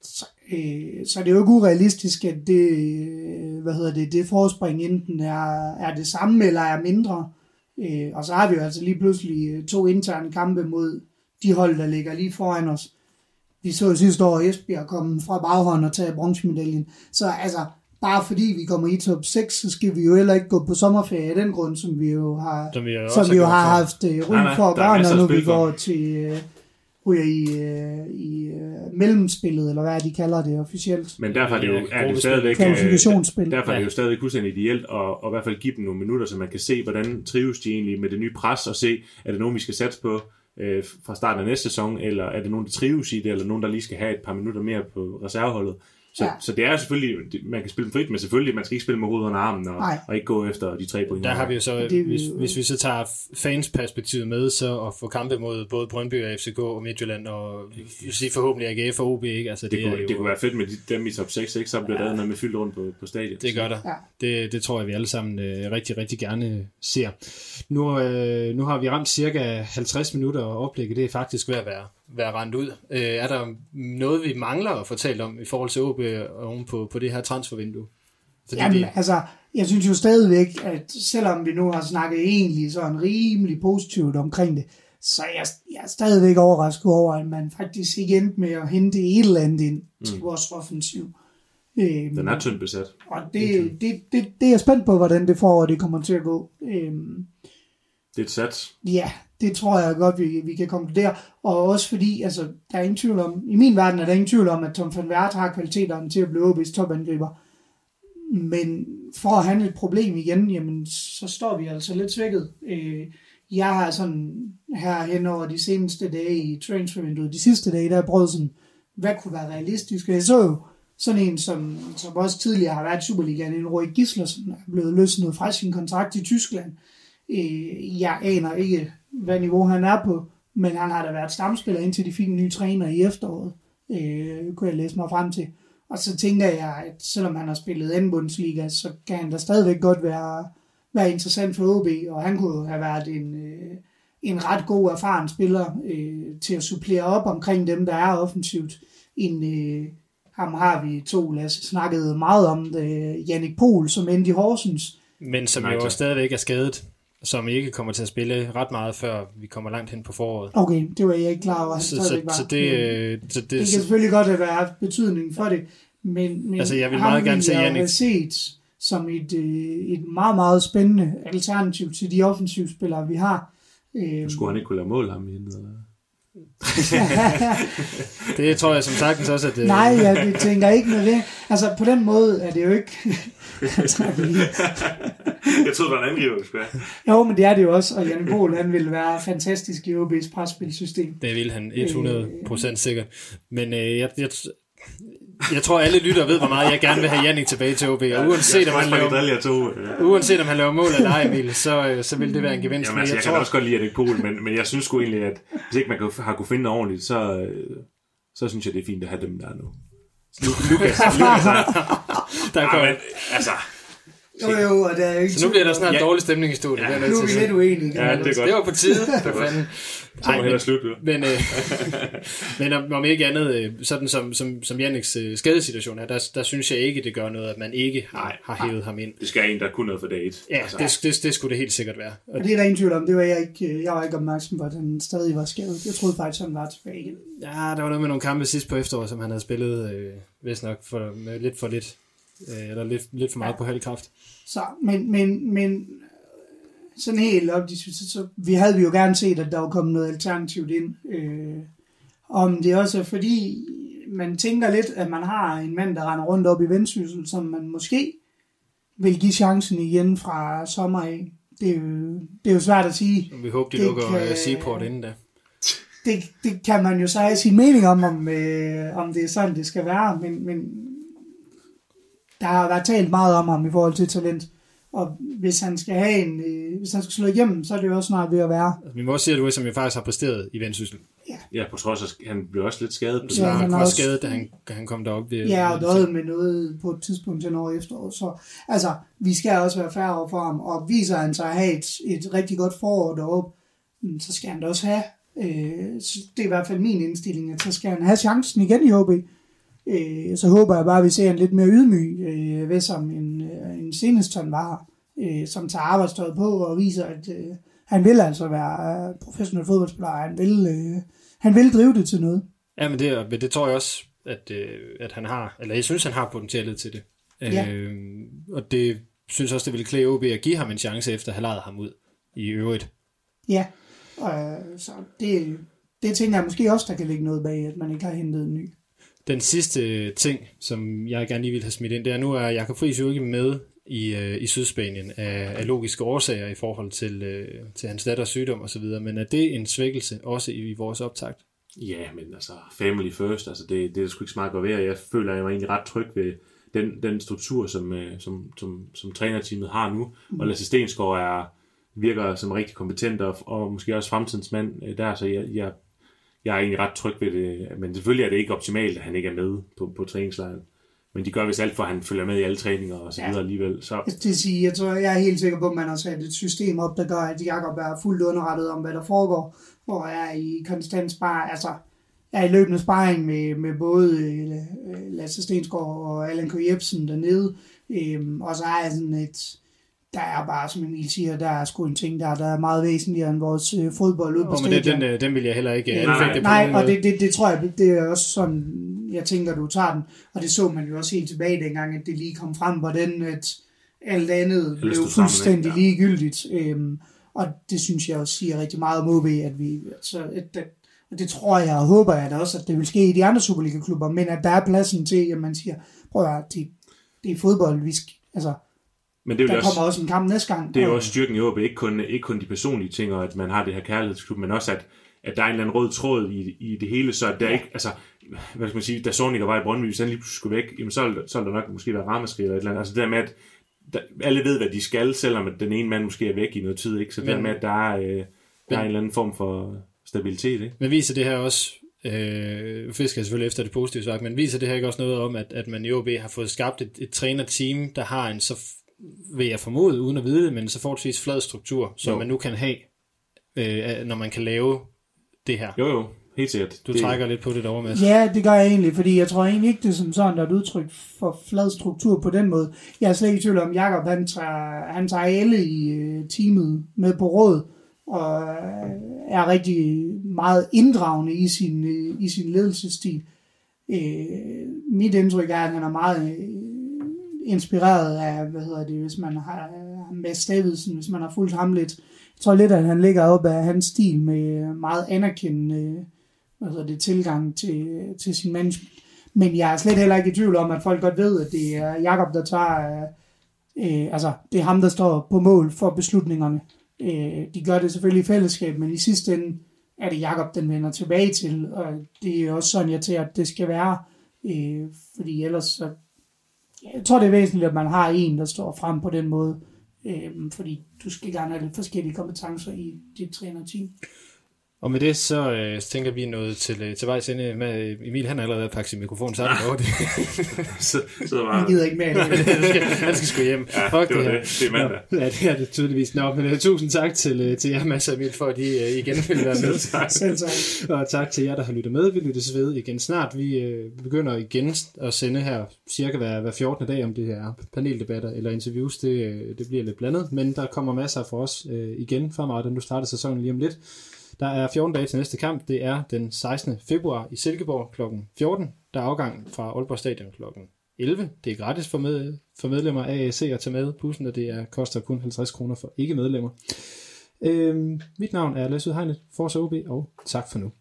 så det er jo ikke urealistisk, at det forspring enten er det samme eller er mindre. Og så har vi jo altså lige pludselig 2 interne kampe mod de hold, der ligger lige foran os. Vi så jo sidste år Esbjerg komme fra baghånd og tage bronzemedaljen. Så altså, bare fordi vi kommer i top 6, så skal vi jo heller ikke gå på sommerferie af den grund, som vi jo har, har haft ry for at gøre, når nu vi går til ryger i mellemspillet, eller hvad de kalder det officielt. Men derfor er det jo stadigvæk kvalifikationsspil. Derfor er det jo stadigvæk fuldstændig ideelt at i hvert fald give dem nogle minutter, så man kan se, hvordan trives de egentlig med det nye pres, og se, er det nogen, vi skal satse på fra starten af næste sæson, eller er det nogen, der trives i det, eller nogen, der lige skal have et par minutter mere på reserveholdet. Så det er selvfølgelig, man kan spille dem frit, men selvfølgelig, man skal ikke spille med hovedet under armen, og ikke gå efter de 3 point. Der har vi jo så, hvis vi så tager fansperspektivet med, så at få kampe mod både Brøndby og FCK og Midtjylland, og forhåbentlig AGF og OB, ikke? Altså, det kunne være fedt med dem i top 6, ikke? Så bliver der med fyldt rundt på stadion. Det gør der. Ja. Det tror jeg, vi alle sammen rigtig, rigtig gerne ser. Nu har vi ramt cirka 50 minutter, og oplægget det er faktisk ved at være rendt ud. Er der noget, vi mangler at fortælle om i forhold til OB oven på det her transfervindue? Jamen, altså, jeg synes jo stadigvæk, at selvom vi nu har snakket egentlig sådan rimelig positivt omkring det, så jeg er stadigvæk overrasket over, at man faktisk ikke endte med at hente et eller andet ind til vores offensiv. Den er tyndt besat. Og det er jeg spændt på, hvordan det forår det kommer til at gå. Det er et sats. Ja, det tror jeg godt, vi kan konkludere. Og også fordi, altså, der er ingen tvivl om, i min verden er der ingen tvivl om, at Tom van Wert har kvaliteterne til at blive OB's topangriber. Men for at have et problem igen, jamen, så står vi altså lidt svækket. Jeg har sådan her hen over de seneste dage i transfervinduet, de sidste dage, der har prøvet sådan, hvad kunne være realistisk. Jeg så jo sådan en, som også tidligere har været i Superligaen, en Roy Gislersen, er blevet løsnet fra sin kontrakt i Tyskland. Jeg aner ikke, hvad niveau han er på, men han har da været stamspiller, indtil de fik en ny træner i efteråret, kunne jeg læse mig frem til. Og så tænker jeg, at selvom han har spillet anden Bundesliga, så kan han da stadigvæk godt være interessant for OB, og han kunne have været en ret god erfaren spiller til at supplere op omkring dem, der er offensivt. Ham har vi Lasse snakket meget om, Jannik Pohl, som endte i Horsens. Men som jo stadigvæk er skadet, som ikke kommer til at spille ret meget, før vi kommer langt hen på foråret. Okay, det var jeg ikke klar over. Det kan selvfølgelig godt have været betydning for det, men altså, jeg vil meget gerne se Jannik. Har set som et meget, meget spændende alternativ til de offensivspillere, vi har. Skulle han ikke kunne lave mål ham inden? Det tror jeg som sagtens også, at... Nej, jeg tænker ikke med det. Altså, på den måde er det jo ikke... Jeg troede, det var en angriber, du skulle have. Jo, men det er det jo også, og Jan Pohl, han ville være fantastisk i OB's presspilsystem. Det vil han 100% sikkert. Men jeg tror, alle lytter ved, hvor meget jeg gerne vil have Jannik tilbage til OB, og uanset om han laver mål eller ej, Emil, så vil det være en gevinst. Jamen, altså, jeg kan også godt lide Jannik Pohl, men jeg synes sgu egentlig, at hvis ikke man har kunne finde det ordentligt, så synes jeg, det er fint at have dem der nu. Lukas der kommer... altså... Jo, og der er ikke... Så nu bliver der snart dårlig stemning i studiet. Ja, nu er vi lidt uenige. Ja, det var på tide. For fanden. Så må hellere slutte. Men om ikke andet, sådan som Janniks skadesituation er, der synes jeg ikke, det gør noget, at man ikke har hævet ham ind. Det skal en, der kunne noget for daget. Ja, altså. det skulle det helt sikkert være. Og det er der ingen tvivl om. Det var jeg var ikke opmærksom på, at han stadig var skadet. Jeg troede faktisk, han var tilbage igen. Ja, der var noget med nogle kampe sidst på efteråret, som han havde spillet, vist nok lidt for lidt. Eller lidt for meget på halv kraft. Så, men sådan helt op, så vi havde jo gerne set, at der var kommet noget alternativt ind. Om det også er fordi, man tænker lidt, at man har en mand, der render rundt op i Vendsyssel, som man måske vil give chancen igen fra sommer af. Det er jo svært at sige. Vi håber, de lukker Seaport inden da. Det kan man jo så have sin mening om det er sådan, det skal være, men der har været talt meget om ham i forhold til talent, og hvis han skal hvis han skal slå igennem, så er det jo også snart ved at være. Altså, vi må også sige, at du som jo faktisk har præsteret i Vendsyssel. Ja, på trods af, han blev også lidt skadet. Ja, han var også skadet, da han kom derop. Ja, og døde med noget på et tidspunkt til år efter. Så altså, vi skal også være færre over for ham, og viser han sig at have et rigtig godt forår deroppe, så skal han da også have, det er i hvert fald min indstilling, at så skal han have chancen igen i OB. Så håber jeg bare, at vi ser en lidt mere ydmyg ved som en senest han var. som tager arbejdstøjet på og viser, at han vil altså være professionel fodboldspiller, og han vil drive det til noget. Ja, men det tror jeg også, at han har, eller jeg synes, han har potentialet til det. Ja. Og det synes også, det ville klæde OB at give ham en chance, efter at have lejet ham ud i øvrigt. Ja, så det tænker jeg måske også, der kan ligge noget bag, at man ikke har hentet en ny. Den sidste ting, som jeg gerne lige vil have smidt ind, det er, nu er Jakob Friis jo ikke med i Sydspanien af logiske årsager i forhold til hans datters sygdom osv., men er det en svækkelse også i vores optakt? Ja, men altså family first, altså det er sgu ikke så meget godt være. Jeg føler, at jeg var egentlig ret tryg ved den struktur, som trænerteamet har nu, og Lasse Stensgaard virker som rigtig kompetent og måske også fremtidens mand der, så jeg er egentlig ret tryg ved det, men selvfølgelig er det ikke optimalt, at han ikke er med på træningslejren. Men de gør vist alt for, at han følger med i alle træninger og så videre alligevel. Så. Jeg tror, jeg er helt sikker på, at man har sat et system op, der gør, at Jakob er fuldt underrettet om, hvad der foregår, og er i konstant er i løbende sparring med både Lasse Stensgaard og Allan K. Jebsen dernede. Og så er sådan der er bare, som Emil siger, der er sgu en ting, der er meget væsentligere end vores fodbold ude på stadion. Men den vil jeg heller ikke anfægte på. Nej, og det tror jeg, det er også sådan, jeg tænker, du tager den. Og det så man jo også helt tilbage dengang, at det lige kom frem, hvordan at alt andet blev fuldstændig ligegyldigt. Og det synes jeg også siger rigtig meget om OB, at vi... Og det tror jeg og håber jeg da også, at det vil ske i de andre Superliga-klubber, men at der er pladsen til, at man siger, prøv at det er fodbold, vi skal... Altså, men det der kommer også en kamp næste gang. Det er jo også styrken i OB, ikke kun de personlige ting, og at man har det her kærlighedsklub, men også at der er en eller anden rød tråd i det hele, så at der ikke, altså, hvad skal man sige, da Zorniger var i Brøndby, hvis han lige pludselig skulle væk, jamen så vil der nok måske være ramaskrig eller et eller andet. Altså det der med, at alle ved, hvad de skal, selvom at den ene mand måske er væk i noget tid, ikke? Så det der med, at der er en eller anden form for stabilitet, ikke? Men viser det her også, fisker selvfølgelig efter det positive sagt, men viser det her ikke også noget om, at man i OB har fået skabt et trænerteam, der har en så, vil jeg formode, uden at vide det, men så forholdsvis flad struktur, som man nu kan have, når man kan lave det her. Jo, helt sikkert. Du trækker lidt på det derovre, Mads. Ja, det gør jeg egentlig, fordi jeg tror egentlig ikke, det er som sådan, der er et udtryk for flad struktur på den måde. Jeg er slet ikke i tvivl om, Jakob, han tager alle i teamet med på råd, og er rigtig meget inddragende i sin ledelsesstil. Mit indtryk er, at han er meget inspireret af, hvis man har Mads Davidsen, hvis man har fulgt ham lidt. Jeg tror lidt, at han ligger op af hans stil med meget anerkendende tilgang til sin management. Men jeg er slet heller ikke i tvivl om, at folk godt ved, at det er Jakob, der tager... det er ham, der står på mål for beslutningerne. De gør det selvfølgelig i fællesskab, men i sidste ende er det Jakob, den vender tilbage til, og det er også sådan, jeg tænker, at det skal være, fordi ellers så, jeg tror, det er væsentligt, at man har en, der står frem på den måde, fordi du skal gerne have lidt forskellige kompetencer i dit trænerteam. Og med det, så tænker vi noget til vejs ende med Emil. Han har allerede pakket sin mikrofon sammen over det. så bare... Han gider ikke mere. Han skal sgu hjem. Ja, det er mandag. Ja, det er det tydeligvis. Nå, men tusind tak til jer, Mads og Emil, for at de igen vil være med. Selv tak. Og tak til jer, der har lyttet med. Vi lyttes ved igen snart. Vi begynder igen at sende her cirka hver 14. dag, om det her paneldebatter eller interviews. Det bliver lidt blandet, men der kommer masser for os igen fremover, nu starter sæsonen lige om lidt. Der er 14 dage til næste kamp. Det er den 16. februar i Silkeborg kl. 14. Der er afgang fra Aalborg Stadion kl. 11. Det er gratis for medlemmer af AAC at tage med bussen, og det koster kun 50 kroner for ikke-medlemmer. Mit navn er Lasse Udhegnet, Forza OB, og tak for nu.